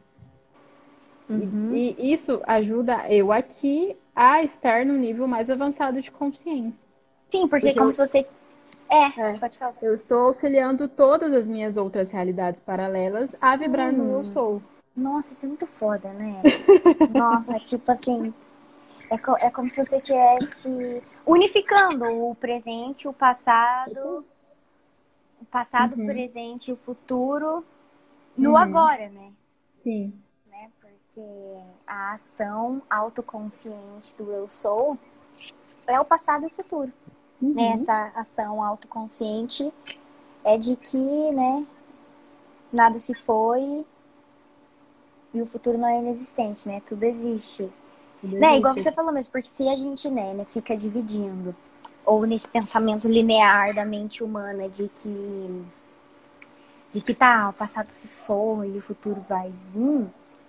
E, Uhum. e isso ajuda eu aqui a estar num nível mais avançado de consciência. Sim, porque é Porque como eu, se você. É, é, pode falar. eu estou auxiliando todas as minhas outras realidades paralelas a vibrar no eu Sim. sou. Nossa, isso é muito foda, né? Nossa, tipo assim, é, co é como se você estivesse unificando o presente, o passado, o passado, o Uhum, presente e o futuro no uhum, agora, né? sim. Né? Porque a ação autoconsciente do eu sou é o passado e o futuro. Né? Uhum, Essa ação autoconsciente é de que, né, nada se foi e o futuro não é inexistente, né? Tudo existe. tudo Né? Igual existe. você falou mesmo, porque se a gente, né, né, fica dividindo, ou nesse pensamento linear da mente humana de que, de que tá, o passado se foi e o futuro vai vir,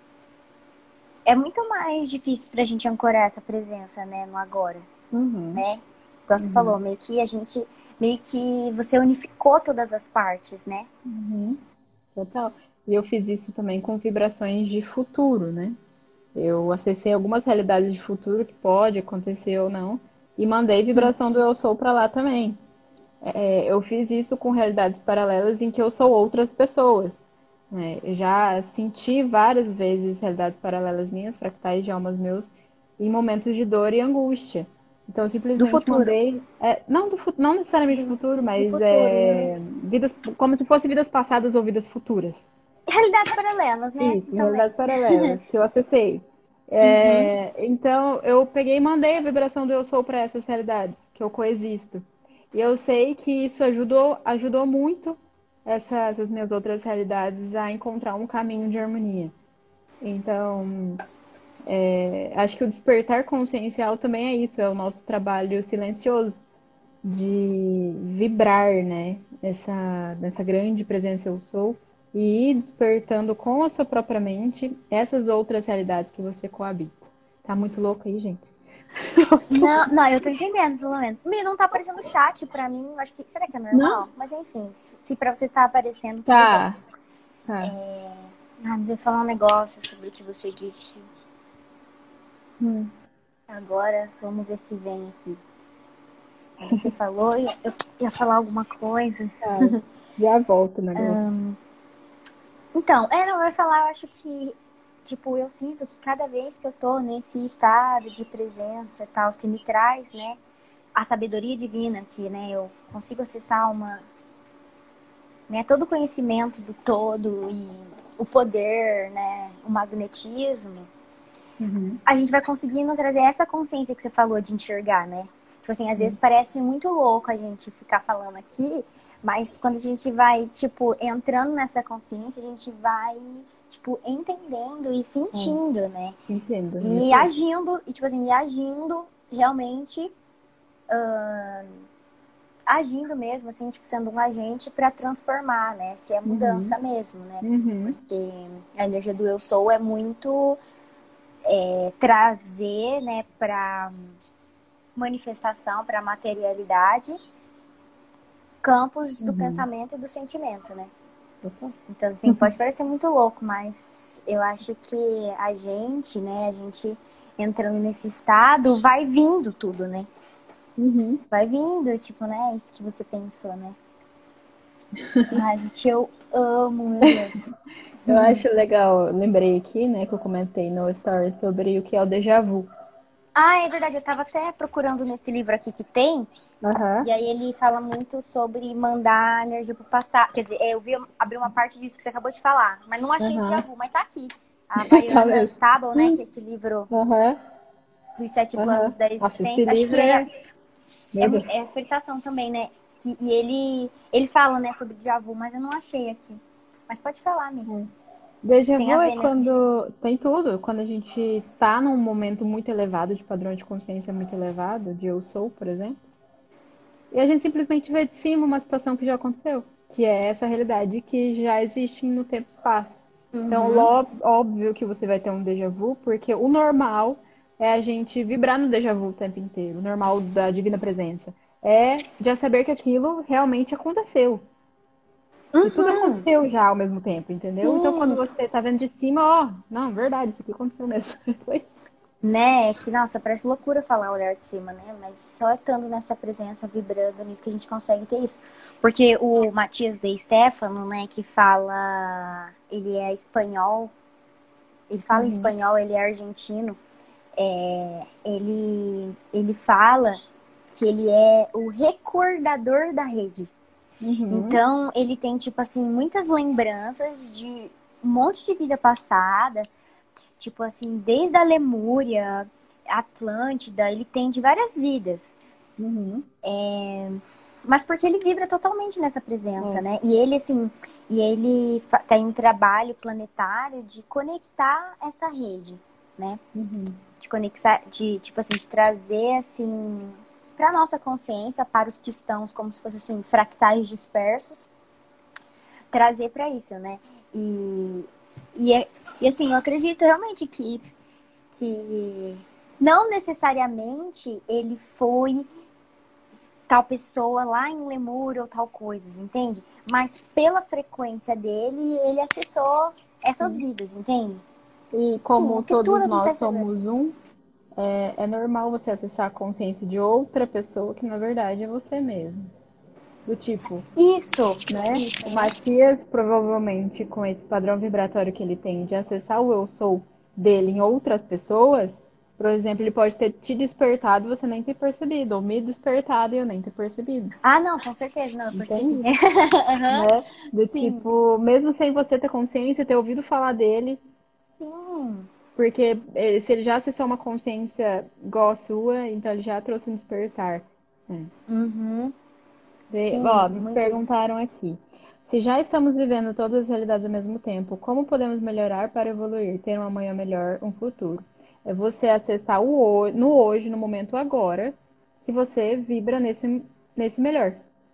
é muito mais difícil pra gente ancorar essa presença, né, no agora, Uhum, né? Igual você falou, uhum, meio que a gente, meio que você unificou todas as partes, né? uhum, total. E eu fiz isso também com vibrações de futuro, né? Eu acessei algumas realidades de futuro que pode acontecer ou não e mandei vibração do eu sou para lá também. É, eu fiz isso com realidades paralelas em que eu sou outras pessoas. Né? Eu já senti várias vezes realidades paralelas minhas, fractais de almas meus, em momentos de dor e angústia. Então, eu Do simplesmente futuro. mandei, é, não, do, fu- não necessariamente do Do, futuro, do mas futuro. Uhum. é, vidas, como se fossem vidas passadas ou vidas futuras. Realidades paralelas, né? Isso, Também. realidades paralelas que eu acessei. Uhum. É, então, eu peguei e mandei a vibração do eu sou para essas realidades, que eu coexisto. E eu sei que isso ajudou, ajudou muito essa- essas minhas outras realidades a encontrar um caminho de harmonia. Então, é, acho que o despertar consciencial também é isso, é o nosso trabalho silencioso de vibrar, né, nessa, nessa grande presença eu sou e ir despertando com a sua própria mente essas outras realidades que você coabita. Tá muito louco aí, gente? Não, não, eu tô entendendo, pelo menos. Mi, não tá aparecendo chat pra mim. Eu acho que. Será que é Não? normal? Mas enfim, se, se pra você tá aparecendo, tudo bem. Tá, tá. Ah, mas eu ia falar um negócio sobre o que você disse Hum, agora. Vamos ver se vem aqui. Quando você falou, eu eu ia falar alguma coisa. tá. Já volto o negócio. Então, é, não, eu ia falar, eu acho que, tipo, eu sinto que cada vez que eu tô nesse estado de presença e tal, que me traz, né, a sabedoria divina, que, né, eu consigo acessar uma, né, todo o conhecimento do todo e o poder, né, o magnetismo, Uhum. a gente vai conseguindo trazer essa consciência que você falou de enxergar, né? Tipo assim, às vezes Sim, parece muito louco a gente ficar falando aqui, mas quando a gente vai, tipo, entrando nessa consciência, a gente vai, tipo, entendendo e é, sentindo, né? entendo. E Isso aí. agindo, e tipo assim, e agindo realmente uh, agindo mesmo, assim, tipo, sendo um agente para transformar, né? Se é mudança Uhum. mesmo, né? Uhum. Porque a energia do eu sou é muito é, trazer, né, para manifestação, para materialidade, campos do Uhum. pensamento e do sentimento, né? Opa. Então, assim, pode parecer muito louco, mas eu acho que a gente, né, a gente entrando nesse estado, vai vindo tudo, né? Uhum. Vai vindo, tipo, né, isso que você pensou, né? Ai, gente, eu amo, meu Deus. Eu acho legal, eu lembrei aqui, né, que eu comentei no story sobre o que é o déjà vu. Ah, é verdade, eu tava até procurando nesse livro aqui que tem, Aham. e aí ele fala muito sobre mandar energia pro passado. Quer dizer, eu vi abrir uma parte disso que você acabou de falar, mas não achei o déjà Aham. vu, mas tá aqui. A Tá Mariana mesmo. Stable, né, que é esse livro Aham. dos sete Aham. planos da Nossa, esse existência, acho que livro é, é. Meu Deus. é, é fritação também, né? Que, e ele, ele fala, né, sobre déjà vu, mas eu não achei aqui. Mas pode falar, Mi. Déjà Tem a vu é ver, né? quando. Tem tudo. Quando a gente tá num momento muito elevado, de padrão de consciência muito elevado, de eu sou, por exemplo, e a gente simplesmente vê de cima uma situação que já aconteceu, que é essa realidade que já existe no tempo e espaço. Então, Uhum. lo- óbvio que você vai ter um déjà vu, porque o normal é a gente vibrar no déjà vu o tempo inteiro, o normal da divina presença. É já saber que aquilo realmente aconteceu. E tudo Uhum. aconteceu já ao mesmo tempo, entendeu? Então, quando Sim, você tá vendo de cima, ó, não, verdade, isso aqui aconteceu mesmo. Foi isso. né? Que, nossa, parece loucura falar olhar de cima, né? Mas só estando nessa presença, vibrando nisso, que a gente consegue ter isso. Porque o Matias de Stefano, né, que fala, ele é espanhol, ele fala em Uhum, espanhol, ele é argentino, é, ele, ele fala que ele é o recordador da rede. uhum, Então, ele tem, tipo assim, muitas lembranças de um monte de vida passada, tipo assim, desde a Lemúria, Atlântida, ele tem de várias vidas. uhum. Mas porque ele vibra totalmente nessa presença, É. né? E ele, assim, e ele fa- tem um trabalho planetário de conectar essa rede, né? Uhum. De conectar, de, tipo assim, de trazer, assim, para nossa consciência, para os que estão como se fossem, assim, fractais dispersos, trazer para isso, né? E, e, é- e, assim, eu acredito realmente que, que não necessariamente ele foi tal pessoa lá em Lemúria ou tal coisas, entende? Mas pela frequência dele, ele acessou essas Sim. vidas, entende? E Sim, como porque tudo todos nós acontece agora. somos um, é, é normal você acessar a consciência de outra pessoa que na verdade é você mesmo. Do tipo, Isso, né? O isso. Matias, provavelmente, com esse padrão vibratório que ele tem de acessar o eu sou dele em outras pessoas, por exemplo, ele pode ter te despertado e você nem ter percebido, ou me despertado e eu nem ter percebido. Ah, não, com certeza, não, eu percebi. Entende? Aham. Né? Do Sim, tipo, mesmo sem você ter consciência, ter ouvido falar dele, sim. porque eh, se ele já acessou uma consciência igual a sua, então ele já trouxe um despertar. É. Uhum. De- Sim, ó, me muito isso. perguntaram aqui. Se já estamos vivendo todas as realidades ao mesmo tempo, como podemos melhorar para evoluir, ter um amanhã melhor, um futuro? É você acessar o ho- no hoje, no momento agora, que você vibra nesse, nesse melhor.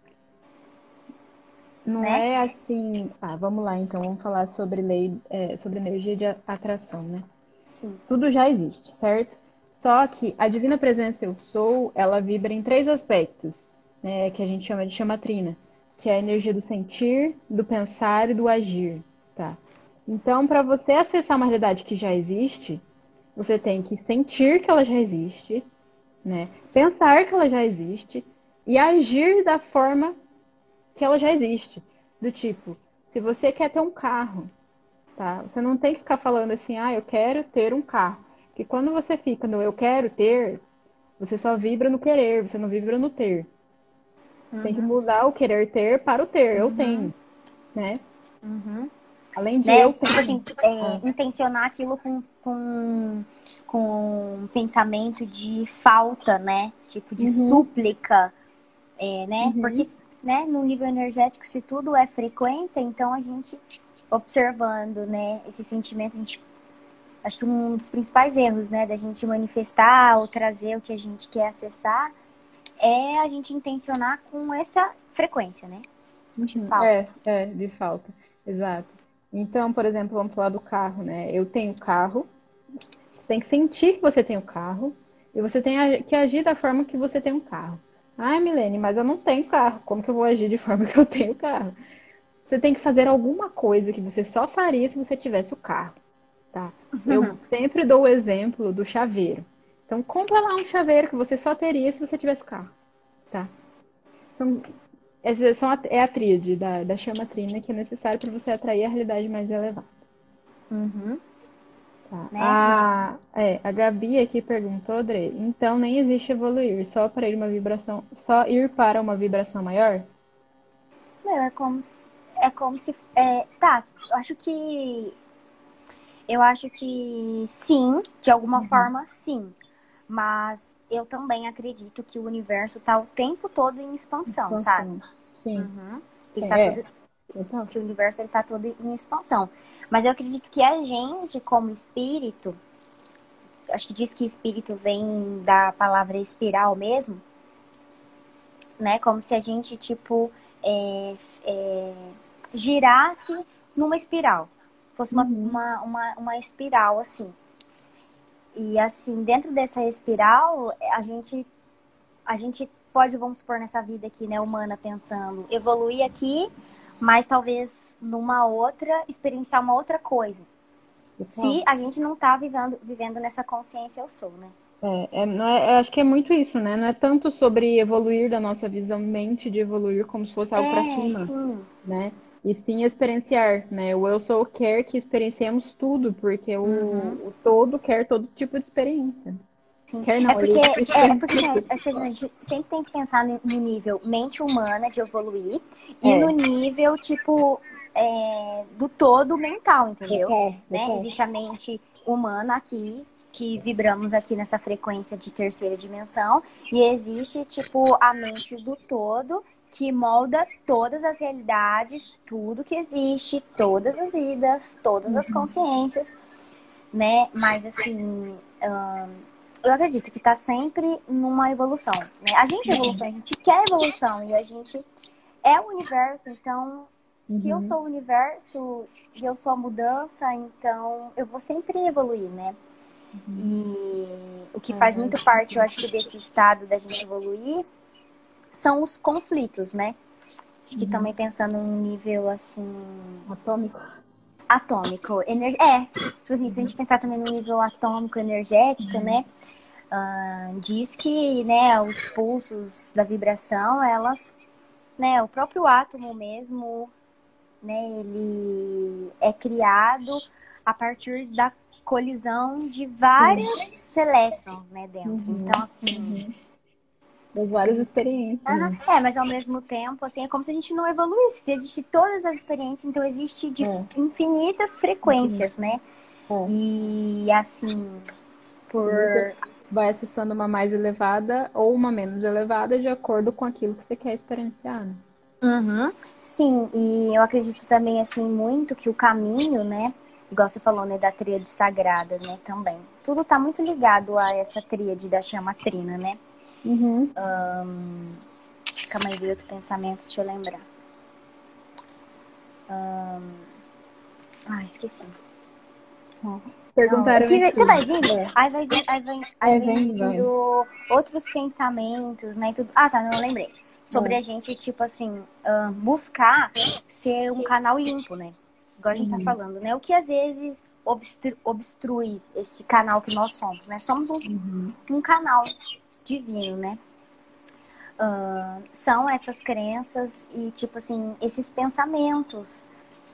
Não Né? é assim. Ah, vamos lá então, vamos falar sobre lei, é, sobre energia de a- atração, né? Sim. Tudo já existe, certo? Só que a divina presença eu sou, ela vibra em três aspectos, né, que a gente chama de chamatrina, que é a energia do sentir, do pensar e do agir, tá? Então, para você acessar uma realidade que já existe, você tem que sentir que ela já existe, né? Pensar que ela já existe e agir da forma que ela já existe. Do tipo, se você quer ter um carro, tá? Você não tem que ficar falando assim, ah, eu quero ter um carro. Porque quando você fica no eu quero ter, você só vibra no querer, você não vibra no ter. Tem que Uhum. mudar o querer ter para o ter, eu Uhum. tenho, né? Uhum. Além de Né? eu Tipo tenho. assim, é, Ah, intencionar aquilo com, com, com um pensamento de falta, né? Tipo, de uhum, súplica, é, né? Porque, uhum, né, no nível energético, se tudo é frequência, então a gente observando, né, esse sentimento, a gente, acho que um dos principais erros, né, da gente manifestar ou trazer o que a gente quer acessar é a gente intencionar com essa frequência, né? De Uhum. falta. É, é, de falta. Exato. Então, por exemplo, vamos falar do carro, né? Eu tenho carro, você tem que sentir que você tem o carro e você tem a- que agir da forma que você tem um carro. Ai, Milene, mas eu não tenho carro. Como que eu vou agir de forma que eu tenho carro? Você tem que fazer alguma coisa que você só faria se você tivesse o carro, tá? Eu sempre dou o exemplo do chaveiro. Então, compra lá um chaveiro que você só teria se você tivesse o carro, tá? Então, essa são a- é a tríade da, da chama trina que é necessária para você atrair a realidade mais elevada. Uhum. Tá? Né? A, é, a Gabi aqui perguntou, Dre, então nem existe evoluir, só para ir uma vibração, só ir para uma vibração maior? Meu, é como se. É como se. É, tá, eu acho que. Eu acho que sim, de alguma Uhum. forma, sim. Mas eu também acredito que o universo tá o tempo todo em expansão, sabe? Expansão. Sim, Uhum. Ele sim, tá é. todo, Total. que o universo ele tá todo em expansão. Mas eu acredito que a gente, como espírito, acho que diz que espírito vem da palavra espiral mesmo, né? Como se a gente, tipo, é, é, girasse numa espiral. Fosse uma, Uhum. uma, uma, uma espiral, assim. E, assim, dentro dessa espiral, a gente, a gente pode, vamos supor, nessa vida aqui, né, humana, pensando, evoluir aqui, mas talvez numa outra, experienciar uma outra coisa. Total. Se a gente não tá vivendo, vivendo nessa consciência eu sou, né? É, é, não é, eu acho que é muito isso, né? Não é tanto sobre evoluir da nossa visão mente de evoluir como se fosse algo para É, cima, sim. né? E sim experienciar, né? O eu sou quer que experienciemos tudo, porque o, Uhum. o todo quer todo tipo de experiência. Sim. Quer É não, porque, ele é, é porque assim, experiencia. acho que a gente sempre tem que pensar no, no nível mente humana de evoluir e no É, nível, tipo, é, do todo mental, entendeu? total, Né? total. Existe a mente humana aqui, que vibramos aqui nessa frequência de terceira dimensão, e existe, tipo, a mente do todo, que molda todas as realidades, tudo que existe, todas as vidas, todas as Uhum. consciências, né? Mas, assim, hum, eu acredito que tá sempre numa evolução, né? A gente é evolução, a gente quer evolução e a gente é o universo, então se eu Uhum. sou o universo e eu sou a mudança, então eu vou sempre evoluir, né? E o que faz É, muito parte, eu acho que desse estado da gente evoluir são os conflitos, né? Acho que também pensando num nível assim atômico. atômico, ener... é, tipo assim, se a gente pensar também no nível atômico energético, né? Ah, diz que, né, os pulsos da vibração, elas, né, o próprio átomo mesmo, né, ele é criado a partir da colisão de Sim. vários elétrons, né, dentro. Uhum. Então, assim, Uhum. Das várias acredito. experiências, Aham. né? É, mas ao mesmo tempo, assim, é como se a gente não evoluísse. Se existe todas as experiências, então existe de É, infinitas infinito. frequências, né? É. E assim, E você por vai acessando uma mais elevada ou uma menos elevada de acordo com aquilo que você quer experienciar, né? Uhum. Sim, e eu acredito também, assim, muito que o caminho, né, igual você falou, né, da tríade sagrada, né, também. Tudo tá muito ligado a essa tríade da chama trina, né? Uhum. Calma aí, veio outro pensamento, deixa eu lembrar. Ah, esqueci. Ó, Não, é perguntaram que você vai aqui. vindo, aí vai, vi- aí vai, aí É, é, vem vem, vai. vindo outros pensamentos, né, e tudo. Ah, tá, não, eu lembrei. Sobre É. a gente, tipo assim, ah, buscar ser um canal limpo, né? Igual a gente tá Uhum. falando, né? O que às vezes obstru- obstrui esse canal que nós somos, né? Somos um, Uhum. um canal divino, né? Ah, são essas crenças e, tipo assim, esses pensamentos,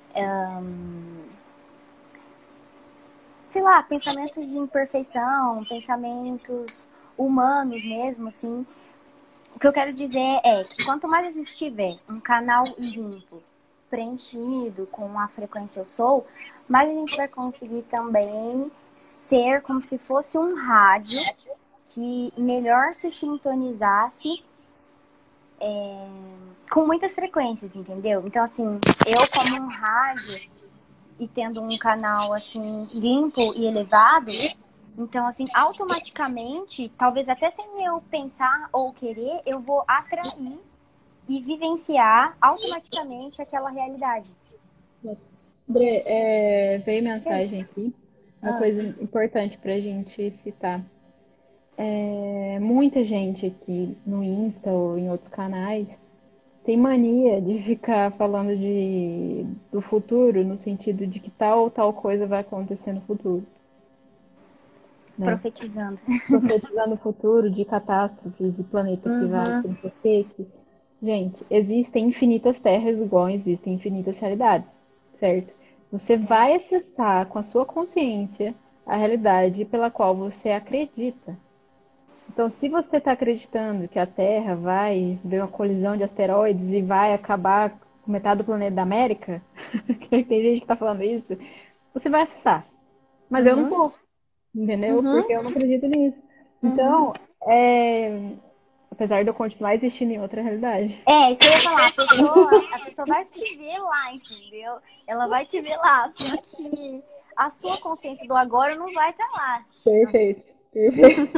sei lá, pensamentos de imperfeição, pensamentos humanos mesmo, assim. O que eu quero dizer é que quanto mais a gente tiver um canal limpo, preenchido com a frequência eu sou, mais a gente vai conseguir também ser como se fosse um rádio que melhor se sintonizasse é, com muitas frequências, entendeu? Então, assim, eu como um rádio e tendo um canal assim limpo e elevado, Então, assim, automaticamente, talvez até sem eu pensar ou querer, eu vou atrair e vivenciar automaticamente aquela realidade. Bre, é, veio É isso. mensagem aqui, uma Ah, coisa importante pra gente citar. É, muita gente aqui no Insta ou em outros canais tem mania de ficar falando de, do futuro no sentido de que tal ou tal coisa vai acontecer no futuro, né? profetizando. Profetizando o futuro de catástrofes e planeta que vai, Uhum, que não sei o quê, que... Gente, existem infinitas terras igual existem infinitas realidades, certo? Você vai acessar com a sua consciência a realidade pela qual você acredita. Então, se você está acreditando que a Terra vai receber uma colisão de asteroides e vai acabar com metade do planeta da América, que tem gente que está falando isso, você vai acessar. Mas eu não uhum, vou, entendeu? uhum, Porque eu não acredito nisso. uhum. Então, é... apesar de eu continuar existindo em outra realidade. É, isso que eu ia falar. A pessoa, a pessoa vai te ver lá, entendeu? Ela vai te ver lá. Só que a sua consciência do agora não vai estar lá. Nossa. Perfeito, perfeito.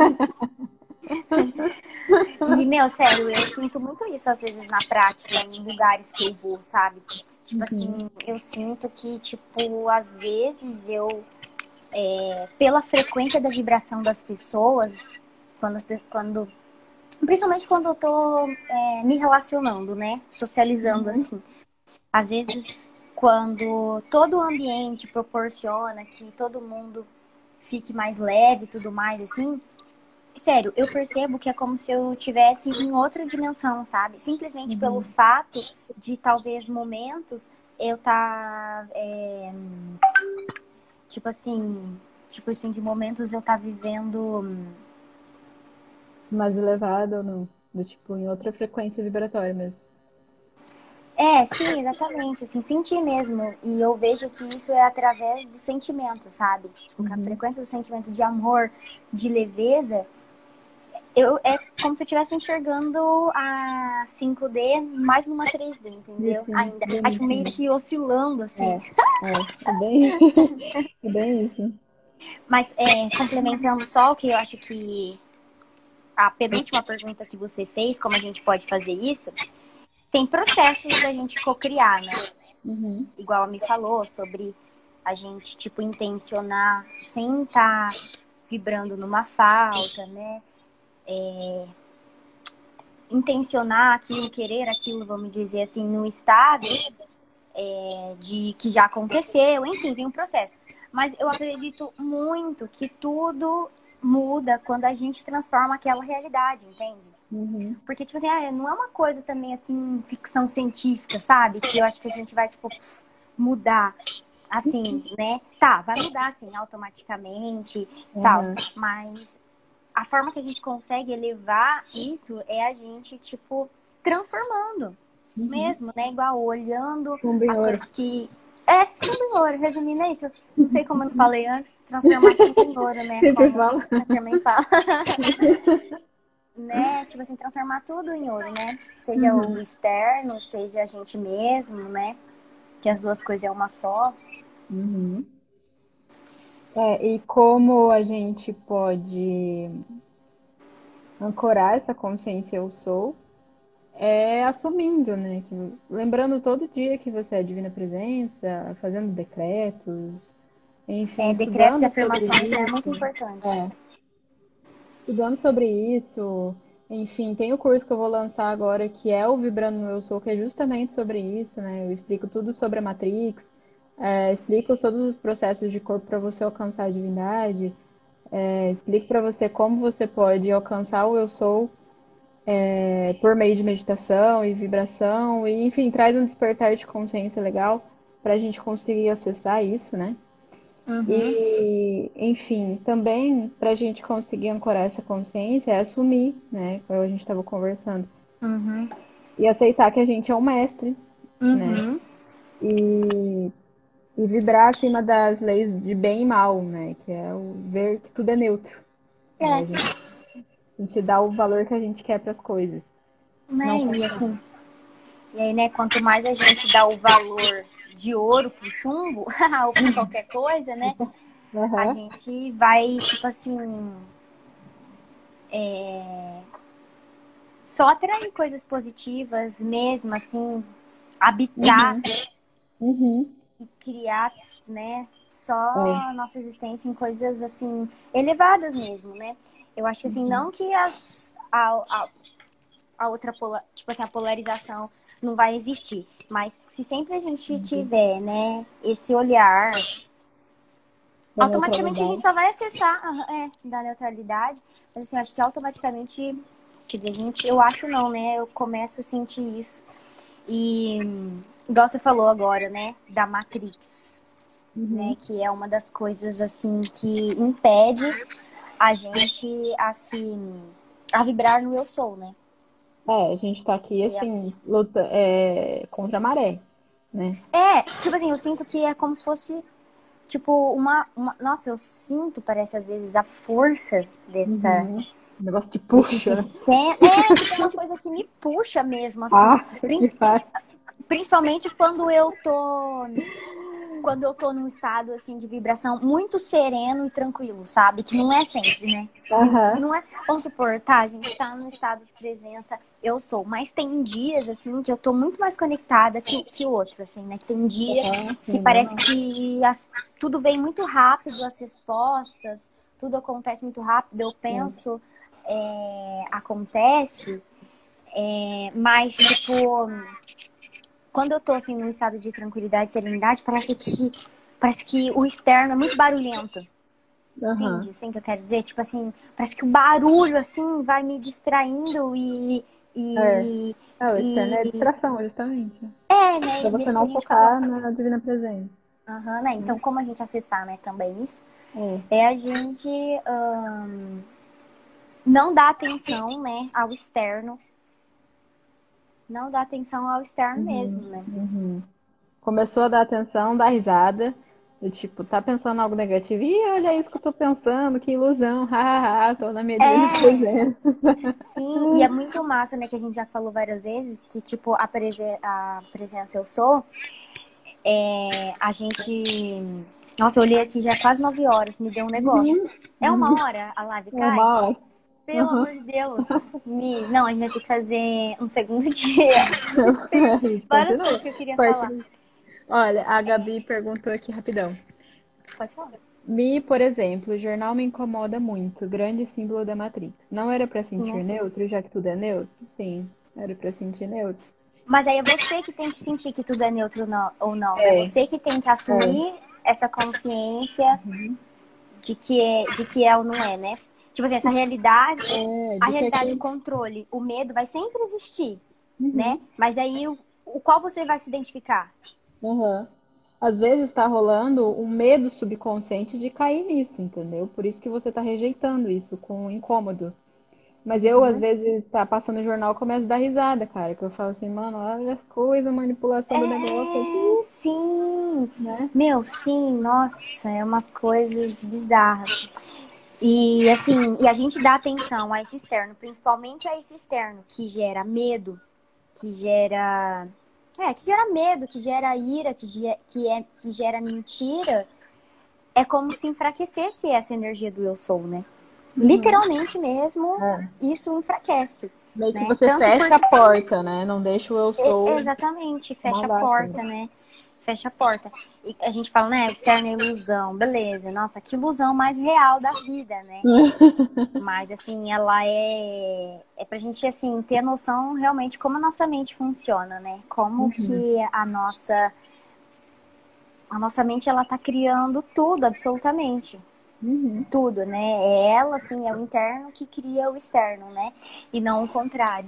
E, meu, sério, eu sinto muito isso às vezes na prática, em lugares que eu vou, sabe? Tipo assim, Uhum. eu sinto que, tipo, às vezes eu, é, pela frequência da vibração das pessoas, quando, as pe- quando principalmente quando eu tô é, me relacionando, né? Socializando, Uhum. assim. Às vezes, quando todo o ambiente proporciona que todo mundo fique mais leve e tudo mais, assim, sério, eu percebo que é como se eu estivesse em outra dimensão, sabe? Simplesmente pelo Uhum. fato de, talvez, momentos eu tá, é, tipo assim, tipo assim, de momentos eu tá vivendo... Mais elevado ou não? Do tipo, em outra frequência vibratória mesmo. É, sim, exatamente, assim, sentir mesmo. E eu vejo que isso é através do sentimento, sabe? Tipo, que a Uhum. frequência do sentimento de amor, de leveza, eu, é como se eu estivesse enxergando a cinco D mais numa três D, entendeu? Isso, Ainda. bem Acho meio isso. que oscilando, É, assim. é, é bem, é bem isso. Mas, é, complementando só o que eu acho que a penúltima pergunta que você fez, como a gente pode fazer isso, tem processos da gente cocriar, né? Uhum. Igual a me falou, sobre a gente, tipo, intencionar sem estar vibrando numa falta, né? É, intencionar aquilo, querer aquilo, vamos dizer assim, no estado é, de que já aconteceu, enfim, tem um processo. Mas eu acredito muito que tudo muda quando a gente transforma aquela realidade, entende? Uhum. Porque, tipo assim, ah, não é uma coisa também, assim, ficção científica, sabe? Que eu acho que a gente vai, tipo, mudar. Assim, né? Tá, vai mudar assim automaticamente, tal, Uhum. mas a forma que a gente consegue elevar isso é a gente, tipo, transformando Uhum. mesmo, né? Igual olhando Chumbo em as ouro. coisas que. É, chumbo em ouro, resumindo é isso. Não sei como eu não falei antes, transformar chumbo em ouro, né? Sempre Como o fala. Instagram também fala. Né? Tipo assim, transformar tudo em ouro, né? Seja o Uhum. externo, seja a gente mesmo, né? Que as duas coisas é uma só. Uhum. É, e como a gente pode ancorar essa consciência eu sou, é assumindo, né? Que, lembrando todo dia que você é divina presença, fazendo decretos, enfim, É, decretos e estudando sobre afirmações é muito isso. importante. É, estudando sobre isso. Enfim, tem o curso que eu vou lançar agora que é o Vibrando no Eu Sou, que é justamente sobre isso, né? Eu explico tudo sobre a Matrix, é, explico todos os processos de corpo para você alcançar a divindade, é, explico para você como você pode alcançar o Eu Sou é, por meio de meditação e vibração, e enfim, traz um despertar de consciência legal para a gente conseguir acessar isso, né? Uhum, E, enfim, também para a gente conseguir ancorar essa consciência é assumir, né? Como a gente estava conversando, uhum, e aceitar que a gente é um mestre, né? uhum. E, e vibrar acima das leis de bem e mal, né? Que é o ver que tudo é neutro, né? A É, gente, a gente dá o valor que a gente quer para as coisas, né? não E contra. assim, e aí, né, quanto mais a gente dá o valor de ouro pro chumbo, ou pra qualquer coisa, né? a Aham. gente vai, tipo assim, é, só atrair coisas positivas mesmo, assim, habitar Uhum. Uhum. e criar, né, só É. a nossa existência em coisas, assim, elevadas mesmo, né? Eu acho que, assim, Uhum. não que as, a, a, a outra, pola, tipo assim, a polarização não vai existir, mas se sempre a gente Entendi. tiver, né, esse olhar, Da automaticamente a gente neutralidade. só vai acessar, aham, é, da neutralidade, mas, assim, eu acho que automaticamente, quer dizer, gente, eu acho não, né, eu começo a sentir isso. E, igual você falou agora, né, da Matrix, né, Uhum. que é uma das coisas, assim, que impede a gente, assim, a vibrar no eu sou, né? É, a gente tá aqui, E é, assim, luta, é, contra a maré, né? é, tipo assim, eu sinto que é como se fosse, tipo, uma, uma... Nossa, eu sinto, parece, às vezes, a força dessa... Uhum. O negócio de Desse puxa, né? sistema. É, tipo, uma coisa que me puxa mesmo, assim. Ah, que faz. Principalmente quando eu tô quando eu tô num estado, assim, de vibração muito sereno e tranquilo, sabe? Que não é sempre, né? Tipo assim, Aham. não é... Vamos supor, tá, a gente tá num estado de presença, eu sou. Mas tem dias, assim, que eu tô muito mais conectada que, que outro, assim, né? Tem dia Aham, que sim, parece normal. que as, tudo vem muito rápido, as respostas, tudo acontece muito rápido, eu É. penso, é, acontece, é, mas, tipo... Quando eu tô, assim, num estado de tranquilidade e serenidade, parece que, parece que o externo é muito barulhento. Aham. Entende? Assim que eu quero dizer? Tipo assim, parece que o barulho, assim, vai me distraindo e... É. E, É, o externo é e distração, justamente. é, né? Pra E você isso que a não gente falou. focar na divina presença. Aham, né? Né? Então, como a gente acessar, né, também isso, É. é a gente ahn, não dar atenção, né, ao externo. Não dar atenção ao externo Uhum, mesmo, né? uhum. Começou a dar atenção, dar risada. Do tipo, tá pensando algo negativo. Ih, olha isso que eu tô pensando, que ilusão. Hahaha, tô na minha divina É, presença. sim, e é muito massa, né, que a gente já falou várias vezes, que, tipo, a, prese a presença eu sou, é, a gente... Nossa, eu olhei aqui já é quase nove horas, me deu um negócio. Uhum, É uhum. uma hora a live É cai? uma hora. Pelo Uhum. amor de Deus. Me... Não, a gente vai ter que fazer um segundo dia. Tem A gente várias continua. coisas que eu queria Parte falar. dois. Olha, a Gabi perguntou aqui rapidão. Pode falar. Mi, por exemplo, o jornal me incomoda muito, grande símbolo da Matrix. Não era pra sentir Né? neutro, já que tudo é neutro? Sim, era pra sentir neutro. Mas aí é você que tem que sentir que tudo é neutro não- ou não, né? É, Você que tem que é. assumir essa consciência de que é, de que é ou não é, né? Tipo assim, essa realidade, É, a de que realidade, o aqui. controle, o medo vai sempre existir, né? Uhum, Mas aí o, o qual você vai se identificar? uhum. Às vezes está rolando um medo subconsciente de cair nisso, entendeu? Por isso que você está rejeitando isso com incômodo. Mas eu, às Uhum. vezes, tá passando o jornal, começo a dar risada, cara. Que eu falo assim, mano, olha as coisas, manipulação do negócio É, aqui, sim. né? Meu, sim, nossa, é umas coisas bizarras. E assim, e a gente dá atenção a esse externo, principalmente a esse externo que gera medo, que gera é, que gera medo, que gera ira, que, ge- que, é, que gera mentira, é como se enfraquecesse essa energia do eu sou, né? Uhum. Literalmente mesmo, É. isso enfraquece, Meio que né? você Tanto fecha porque, a porta, né? Não deixa o eu é- sou exatamente, fecha a mandar, assim. porta, né? Fecha a porta. E a gente fala, né, externa é ilusão, beleza. Nossa, que ilusão mais real da vida, né? Mas, assim, ela é... É pra gente, assim, ter noção realmente como a nossa mente funciona, né? Como Uhum. que a nossa... A nossa mente, ela tá criando tudo, absolutamente. Uhum. Tudo, né? É ela, assim, é o interno que cria o externo, né? E não o contrário.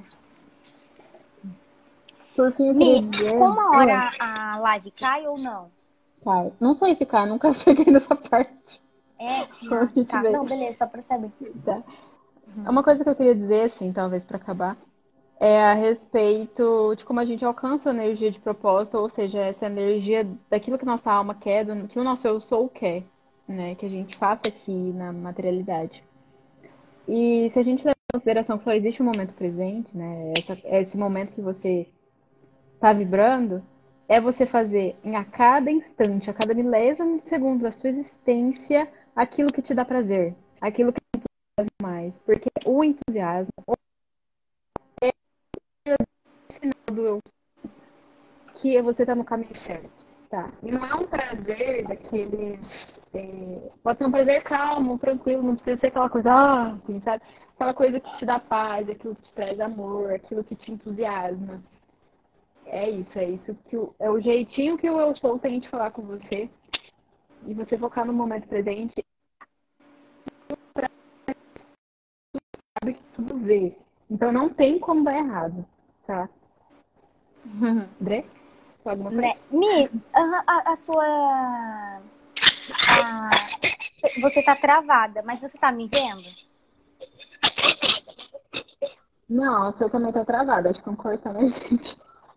Por fim, eu queria Mi, com dizer. uma Oi, hora a live cai ou não? Kai. Não sei se Kai, nunca cheguei nessa parte. É? Como a Não, gente tá. vê. Não, beleza, só pra saber. Tá. É uma coisa que eu queria dizer, assim, talvez para acabar, é a respeito de como a gente alcança a energia de propósito, ou seja, essa energia daquilo que nossa alma quer, do que o nosso eu sou quer, né? Que a gente faça aqui na materialidade. E se a gente levar em consideração que só existe o momento presente, né? Essa, esse momento que você tá vibrando, é você fazer em a cada instante, a cada milésimo de segundo da sua existência, aquilo que te dá prazer, aquilo que te mais. Porque o entusiasmo, o sinal do eu que você tá no caminho certo, tá? E não é um prazer daquele... É, pode ser um prazer calmo, tranquilo, não precisa ser aquela coisa, ah, assim, sabe? Aquela coisa que te dá paz, aquilo que te traz amor, aquilo que te entusiasma. É isso, é isso que o, é o jeitinho que o Eu Sou tem de falar com você. E você focar no momento presente, sabe que tudo vê. Então não tem como dar errado, tá? André? Alguma coisa? Né? Mi, a, a, a sua. A, você tá travada, mas você tá me vendo? Não, o seu também tá travado, acho que um cortando a gente.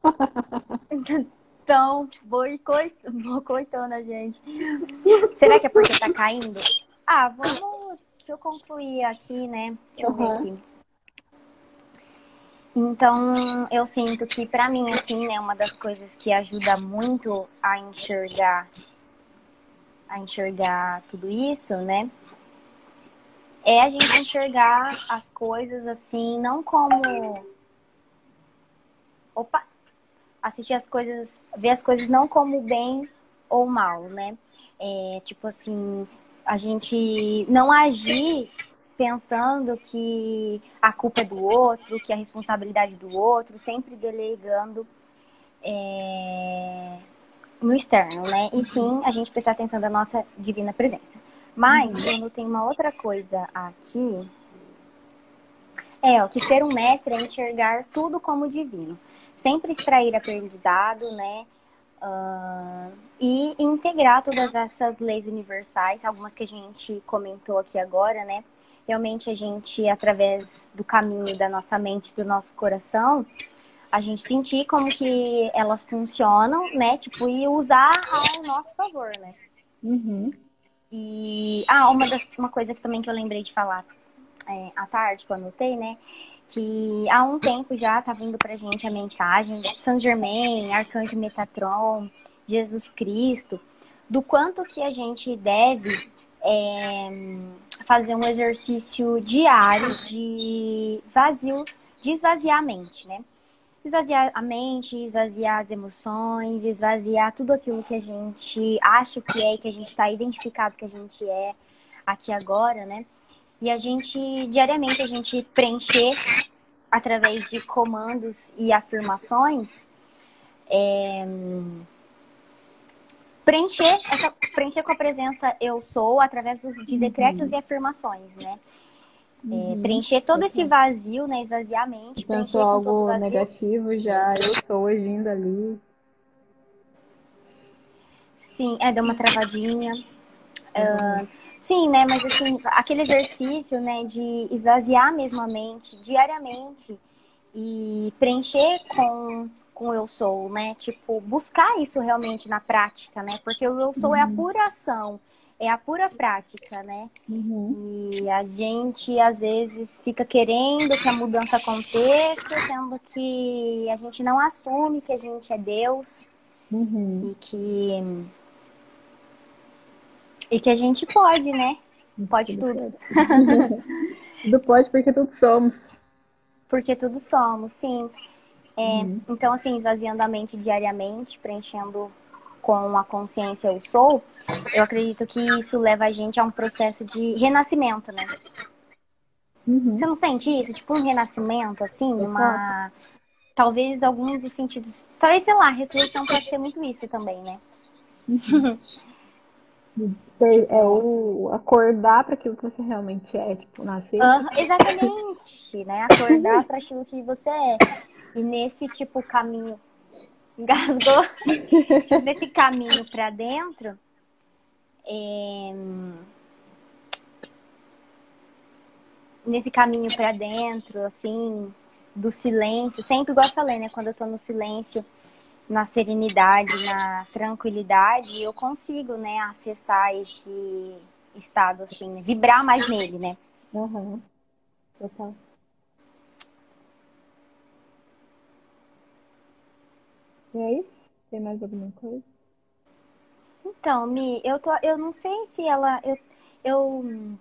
Então, vou, coit... vou coitando a gente. Será que é porque tá caindo? Ah, vamos. Deixa eu concluir aqui, né? Deixa eu ver Uhum. aqui. Então, eu sinto que pra mim, assim, né, uma das coisas que ajuda muito a enxergar, a enxergar tudo isso, né, é a gente enxergar as coisas assim, não como, opa, assistir as coisas, ver as coisas não como bem ou mal, né? É, tipo assim, a gente não agir pensando que a culpa é do outro, que a responsabilidade é do outro, sempre delegando é, no externo, né? E sim, a gente prestar atenção da nossa divina presença. Mas, Bruno, tem uma outra coisa aqui. É, ó, que ser um mestre é enxergar tudo como divino. Sempre extrair aprendizado, né? Uh, e integrar todas essas leis universais, algumas que a gente comentou aqui agora, né? Realmente a gente, através do caminho da nossa mente, do nosso coração, a gente sentir como que elas funcionam, né? Tipo, e usar ao nosso favor, né? Uhum. E, ah, uma, das, uma coisa que também que eu lembrei de falar é, à tarde, que eu anotei, né? Que há um tempo já tá vindo pra gente a mensagem de Saint Germain, Arcanjo Metatron, Jesus Cristo, do quanto que a gente deve é, fazer um exercício diário de vazio, de esvaziar a mente, né? Esvaziar a mente, esvaziar as emoções, esvaziar tudo aquilo que a gente acha que é e que a gente está identificado que a gente é aqui agora, né? E a gente, diariamente, a gente preencher através de comandos e afirmações, é, preencher, essa, preencher com a presença eu sou através de decretos e afirmações, né? É, preencher todo esse vazio, né? Esvaziar a mente, Pensou preencher com todo o algo vazio. negativo já, eu estou agindo ali. Sim, é, deu uma travadinha. Uh, sim, né? Mas assim, aquele exercício, né, de esvaziar mesmo a mente diariamente e preencher com com o eu sou, né? Tipo, buscar isso realmente na prática, né? Porque o eu sou é a pura ação, é a pura prática, né? Uhum. E a gente às vezes fica querendo que a mudança aconteça, sendo que a gente não assume que a gente é Deus Uhum. e que e que a gente pode, né? Pode Tudo tudo. pode. Tudo pode porque todos somos. Porque tudo somos, sim. É, Uhum. então, assim, esvaziando a mente diariamente, preenchendo com a consciência eu sou, eu acredito que isso leva a gente a um processo de renascimento, né? Uhum. Você não sente isso? Tipo um renascimento, assim, Total. uma... Talvez alguns dos sentidos... Talvez, sei lá, a ressurreição pode ser muito isso também, né? Ser- É Tipo... o acordar para aquilo que você realmente é, tipo, nascer. Uh, exatamente, né? Acordar para aquilo que você é. E nesse, tipo, caminho... Engasgou? Nesse caminho para dentro... É... Nesse caminho para dentro, assim, do silêncio, sempre igual eu falei, né? Quando eu tô no silêncio, na serenidade, na tranquilidade, eu consigo, né, acessar esse estado, assim, né? Vibrar mais nele, né? Uhum. Total. E aí? Tem mais alguma coisa? Então, Mi, eu, tô, eu não sei se ela... Eu, eu,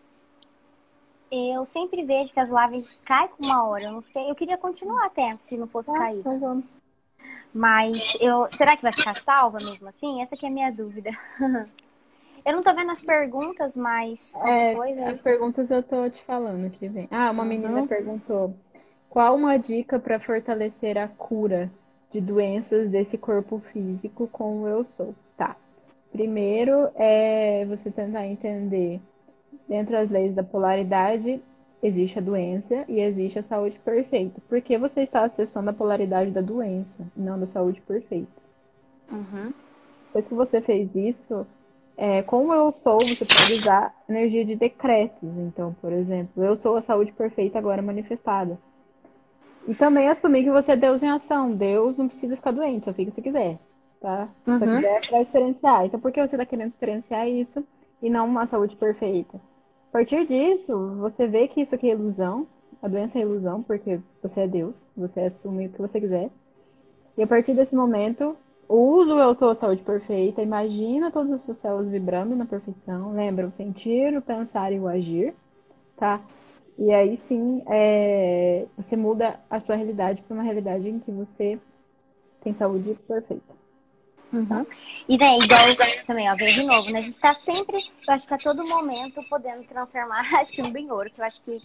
eu sempre vejo que as lives caem com uma hora. Eu não sei. Eu queria continuar até, se não fosse Tá, cair. então vamos. Mas eu, será que vai ficar salva mesmo assim? Essa que é a minha dúvida. Eu não tô vendo as perguntas, mas qualquer É, coisa as aí. perguntas eu tô te falando que vem. Ah, uma menina Uhum. perguntou: qual uma dica para fortalecer a cura de doenças desse corpo físico com o eu sou? Tá. Primeiro é você tentar entender, dentro das leis da polaridade, existe a doença e existe a saúde perfeita. Por que você está acessando a polaridade da doença, e não da saúde perfeita? Uhum. Depois que você fez isso, é, com o eu sou, você pode usar energia de decretos. Então, por exemplo, eu sou a saúde perfeita agora manifestada. E também assumir que você é Deus em ação. Deus não precisa ficar doente, só fica se quiser, tá? Se só Uhum. quiser para experienciar. Então, por que você está querendo experienciar isso e não uma saúde perfeita? A partir disso, você vê que isso aqui é ilusão. A doença é ilusão, porque você é Deus. Você assume o que você quiser. E a partir desse momento, usa o eu sou a saúde perfeita. Imagina todas as suas células vibrando na perfeição. Lembra o sentir, o pensar e o agir, tá? E aí sim, é, você muda a sua realidade para uma realidade em que você tem saúde perfeita, tá? Uhum. E daí, igual também, ó, veio de novo, né? A gente tá sempre, eu acho que a todo momento, podendo transformar chumbo em ouro, que eu acho que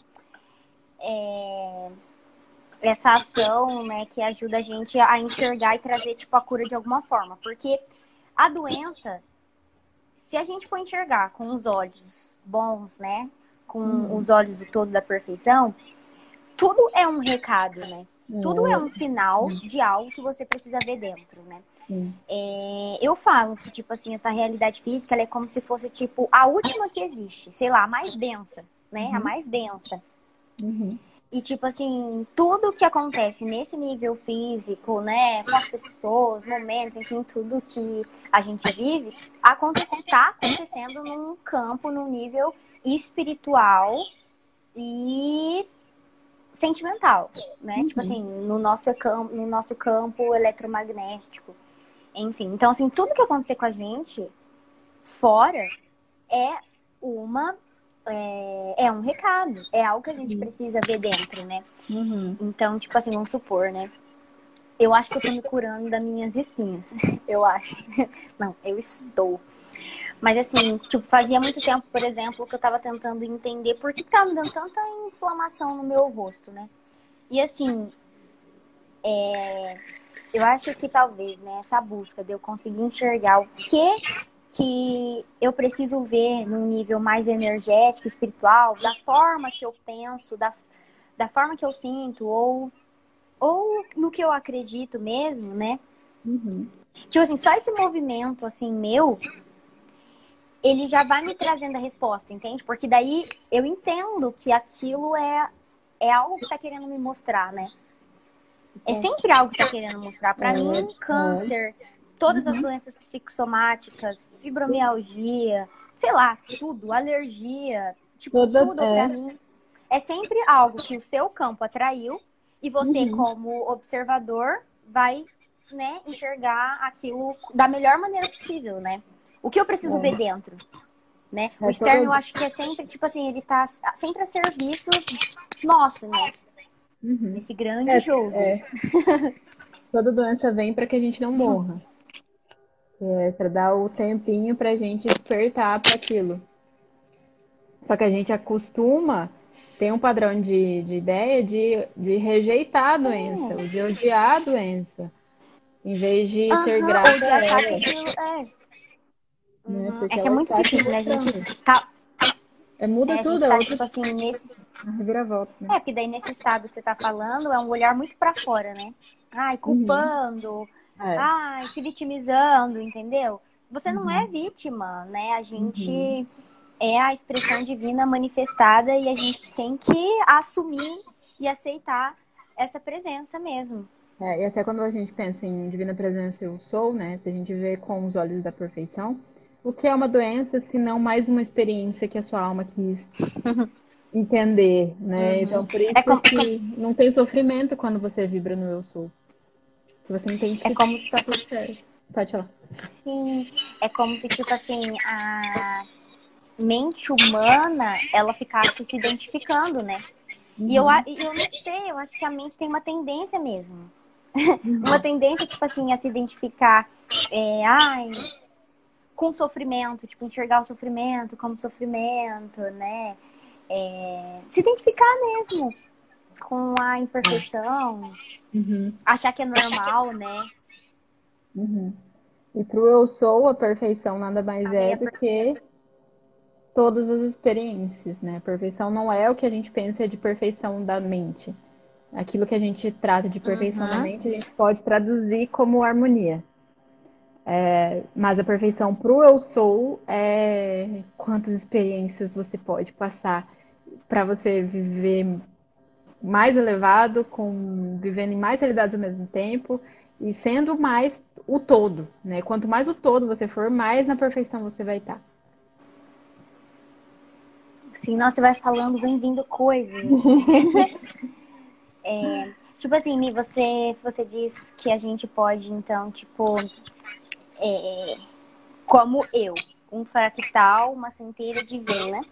é essa ação, né, que ajuda a gente a enxergar e trazer, tipo, a cura de alguma forma. Porque a doença, se a gente for enxergar com os olhos bons, né, com Uhum. os olhos do todo da perfeição, tudo é um recado, né? Tudo é um É, sinal de algo que você precisa ver dentro, né? sim. É, eu falo que, tipo assim, essa realidade física, ela é como se fosse, tipo, a última que existe. Sei lá, a mais densa, né? A Uhum. mais densa. Uhum. E, tipo assim, tudo que acontece nesse nível físico, né? Com as pessoas, momentos, enfim, tudo que a gente vive, acontece, tá acontecendo num campo, num nível espiritual e sentimental, né? Tipo Uhum. assim, no nosso campo, no nosso campo eletromagnético, enfim. Então, assim, tudo que acontecer com a gente fora é uma é, é um recado, é algo que a gente precisa ver dentro, né? Uhum. Então, tipo assim, vamos supor, né? Eu acho que eu tô me curando das minhas espinhas. Eu acho. Não, eu estou. Mas assim, tipo, fazia muito tempo, por exemplo, que eu tava tentando entender por que tava me dando tanta inflamação no meu rosto, né? E assim, é, eu acho que talvez, né, essa busca de eu conseguir enxergar o que que eu preciso ver num nível mais energético, espiritual, da forma que eu penso, da, da forma que eu sinto, ou, ou no que eu acredito mesmo, né? Uhum. Tipo assim, só esse movimento, assim, meu, ele já vai me trazendo a resposta, entende? Porque daí eu entendo que aquilo é, é algo que tá querendo me mostrar, né? É Então, sempre algo que tá querendo mostrar. Pra mim, é, é. câncer, todas as Uhum. doenças psicossomáticas, fibromialgia, sei lá, tudo, alergia, tipo, Toda, tudo pra é. mim é sempre algo que o seu campo atraiu e você, Uhum. como observador, vai, né, enxergar aquilo da melhor maneira possível, né? O que eu preciso ver dentro, né? O É, é externo eu toda. acho que é sempre, tipo assim, ele tá sempre a serviço nosso, né? Uhum. Nesse grande É, jogo. é. Toda doença vem para que a gente não morra. É, para dar o tempinho pra gente despertar para aquilo. Só que a gente acostuma, tem um padrão de, de ideia de, de rejeitar a doença, ou de odiar a doença, em vez de ser Aham, ou grata de a achar que ela, aquilo é. né? Uhum. Porque É que é ela muito está te difícil, né? A gente mostrando. tá. É, muda É, a tudo, gente é tá, outra tipo assim, nesse. reviravolta, né? É, porque daí nesse estado que você tá falando é um olhar muito pra fora, né? Ai, Uhum. culpando, É. ai, se vitimizando, entendeu? Você não é Uhum. vítima, né? A Uhum. gente é a expressão divina manifestada e a gente tem que assumir e aceitar essa presença mesmo. É, e até quando a gente pensa em Divina Presença Eu Sou, né? Se a gente vê com os olhos da perfeição, o que é uma doença se não mais uma experiência que a sua alma quis entender, né? Uhum. Então, por É isso como, que não tem sofrimento quando você vibra no Eu Sou. Que você entende É que como tá se, tudo certo. Pode falar. sim, é como se, tipo assim, a mente humana, ela ficasse se identificando, né? E eu, Uhum. eu não sei, eu acho que a mente tem uma tendência mesmo. Uma Uhum. tendência, tipo assim, a se identificar é, ai, com sofrimento, tipo, enxergar o sofrimento como sofrimento, né? É, se identificar mesmo com a imperfeição, Uhum. achar que é normal, né? Uhum. E pro eu sou, a perfeição nada mais A é meia do que todas as experiências, né? A perfeição não é o que a gente pensa de perfeição da mente. Aquilo que a gente trata de perfeição da Uhum. mente, a gente pode traduzir como harmonia. É, mas a perfeição pro eu sou é quantas experiências você pode passar para você viver mais elevado, com vivendo em mais realidades ao mesmo tempo e sendo mais o todo, né? Quanto mais o todo você for, mais na perfeição você vai estar. Sim, nossa, você vai falando, vem vindo coisas. Tipo assim, Mi, você, você diz que a gente pode, então, tipo, é, como eu, um fractal, uma centelha divina,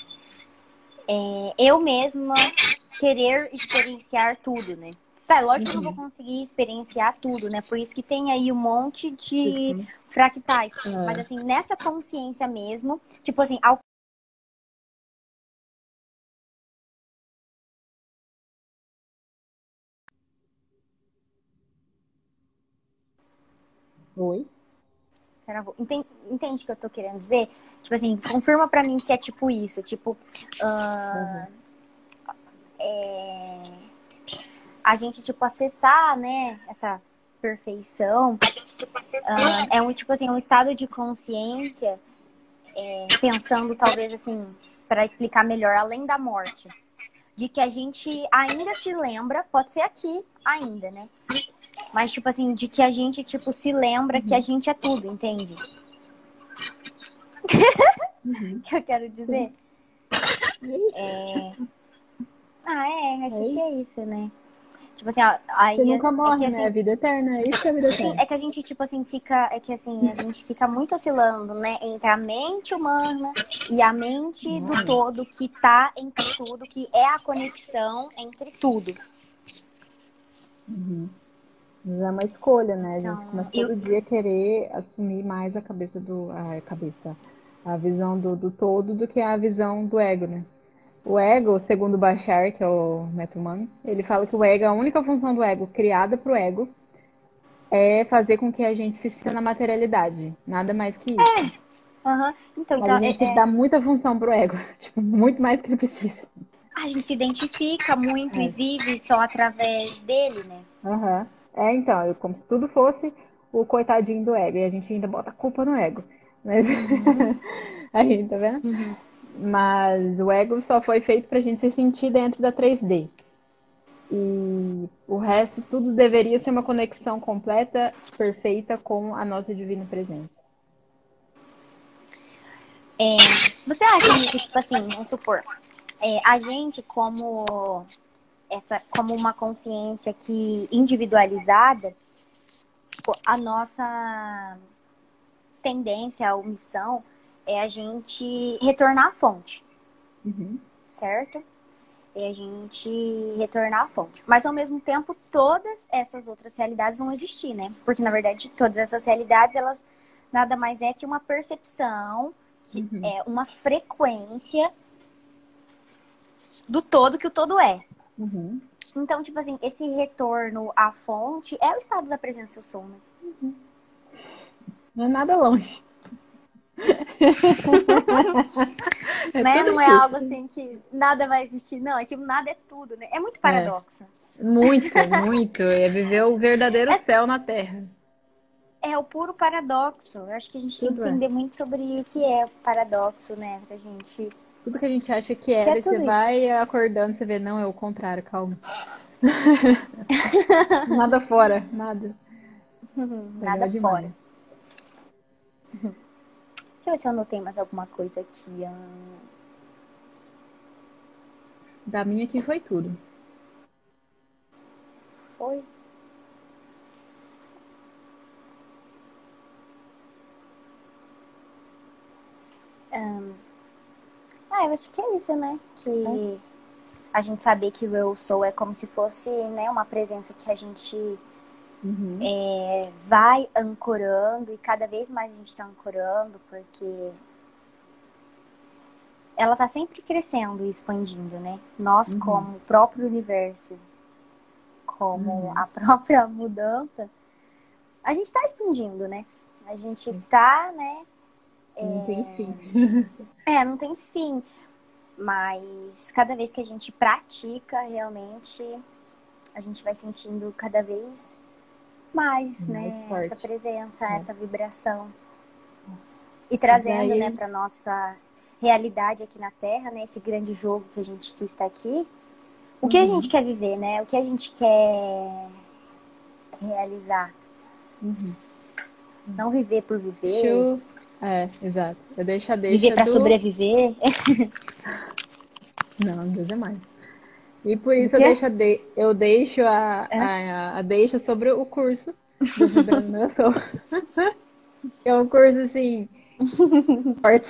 é, eu mesma querer experienciar tudo, né? Tá, lógico que eu não vou Uhum. conseguir experienciar tudo, né? Por isso que tem aí um monte de Uhum. fractais. Mas É. assim, nessa consciência mesmo, tipo assim, ao... Oi? Entende, entende o que eu tô querendo dizer? Tipo assim, confirma pra mim se é tipo isso. Tipo, Uhum. uh, é, a gente, tipo, acessar, né, essa perfeição, uh, é um, tipo assim, um estado de consciência, é, pensando talvez assim, para explicar melhor, além da morte, de que a gente ainda se lembra, pode ser aqui ainda, né? Mas, tipo assim, de que a gente, tipo, se lembra que a Uhum. gente é tudo, entende? Uhum. O que eu quero Sim. dizer? É isso. Ah, é, É acho que isso. é isso, né? Tipo assim, ó, Você aí é, nunca é que morre, né? A assim, vida eterna. É isso que é a vida sim, eterna. é que a gente, tipo assim, fica, é que assim, a gente fica muito oscilando, né, entre a mente humana e a mente do Realmente. todo que tá entre tudo, que é a conexão entre tudo. Uhum. Mas é uma escolha, né? A gente Então, começa eu, todo dia a querer assumir mais a cabeça do. A cabeça. A visão do, do todo do que a visão do ego, né? O ego, segundo Bashar, que é o método humano, ele fala que o ego, a única função do ego criada para o ego é fazer com que a gente se sinta na materialidade. Nada mais que isso. uhum, então, Mas a então é, gente é, dá muita função pro ego. Tipo, muito mais do que ele precisa. a gente se identifica muito e É. vive só através dele, né? Uhum. É, então, é como se tudo fosse o coitadinho do ego. E a gente ainda bota a culpa no ego. Mas. Uhum, Aí, tá vendo? uhum. Mas o ego só foi feito pra gente se sentir dentro da três D. E o resto, tudo deveria ser uma conexão completa, perfeita com a nossa divina presença. É, você acha, amigo, tipo assim, vamos supor, é, a gente como essa, como uma consciência que individualizada, a nossa tendência, a missão é a gente retornar à fonte, Uhum. certo? É a gente retornar à fonte. Mas ao mesmo tempo, todas essas outras realidades vão existir, né? Porque na verdade, todas essas realidades, elas nada mais é que uma percepção, que Uhum. é uma frequência do todo que o todo é. Uhum. Então, tipo assim, esse retorno à fonte é o estado da presença eu sou, né? Não é nada longe. É Né? tudo Não é aqui. algo assim que nada vai existir. Não, é que nada é tudo, né? É muito É. paradoxo. Muito, muito. É viver o verdadeiro É, céu na Terra. é o puro paradoxo. Eu acho que a gente tem que Tudo é. entender muito sobre o que é o paradoxo, né? Pra gente. Tudo que a gente acha que é, Que é daí você tudo isso. vai acordando, você vê, não, é o contrário, calma. Nada fora, nada. Nada Legal demais. fora. Deixa eu ver se eu anotei mais alguma coisa aqui. Hum, Da minha aqui foi tudo. Foi. eu acho que é isso, né? Que a gente saber que o eu sou é como se fosse, né, uma presença que a gente Uhum. é, vai ancorando, e cada vez mais a gente está ancorando, porque ela está sempre crescendo e expandindo, né? Nós, Uhum. como o próprio universo, como Uhum. a própria mudança, a gente está expandindo, né? A gente tá, né? Não tem fim. É, não tem fim. Mas cada vez que a gente pratica, realmente, a gente vai sentindo cada vez mais, Mais né? forte. Essa presença, É. essa vibração. E trazendo, daí... né, pra nossa realidade aqui na Terra, né? Esse grande jogo que a gente quis estar aqui. O que Uhum. a gente quer viver, né? O que a gente quer realizar. Uhum. Não viver por viver. Deixa eu... É, exato. Eu deixo a deixa Viver pra do... sobreviver. Não, Deus é mais. E por Do isso eu quê? deixo a, de... eu deixo a, É? a, a deixa sobre o curso do Vibrando Meu Soul. É um curso, assim, forte.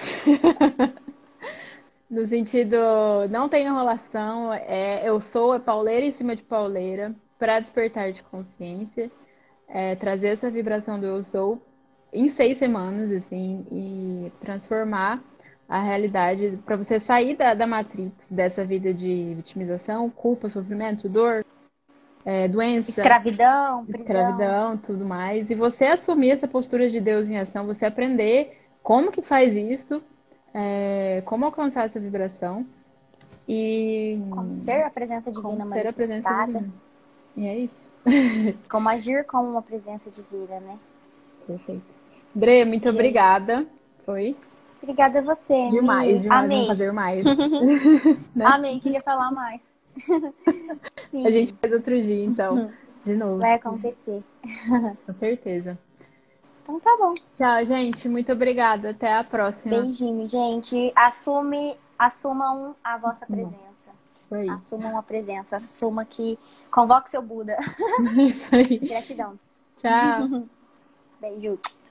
No sentido, não tem enrolação, é, eu sou é pauleira em cima de pauleira, para despertar de consciência, é, trazer essa vibração do eu sou em seis semanas, assim, e transformar a realidade, para você sair da, da matrix dessa vida de vitimização, culpa, sofrimento, dor, é, doença, Escravidão, prisão. escravidão, tudo mais, e você assumir essa postura de Deus em ação, você aprender como que faz isso, é, como alcançar essa vibração e Como ser a presença como divina ser a presença manifestada. divina. E é isso. Como agir como uma presença divina, né? Perfeito. Dre, muito Jesus. obrigada. Foi Obrigada a você, demais, Mi. demais. Vamos Amei. fazer mais, né? Amei, queria falar mais. A gente Sim, faz outro dia, então. De novo. vai acontecer. Com certeza. Então tá bom. Tchau, gente. Muito obrigada. Até a próxima. Beijinho, gente. Assume, assumam a vossa presença. Isso aí. Assumam a presença. Assuma que convoque seu Buda. Isso aí. Gratidão. Tchau. Beijo.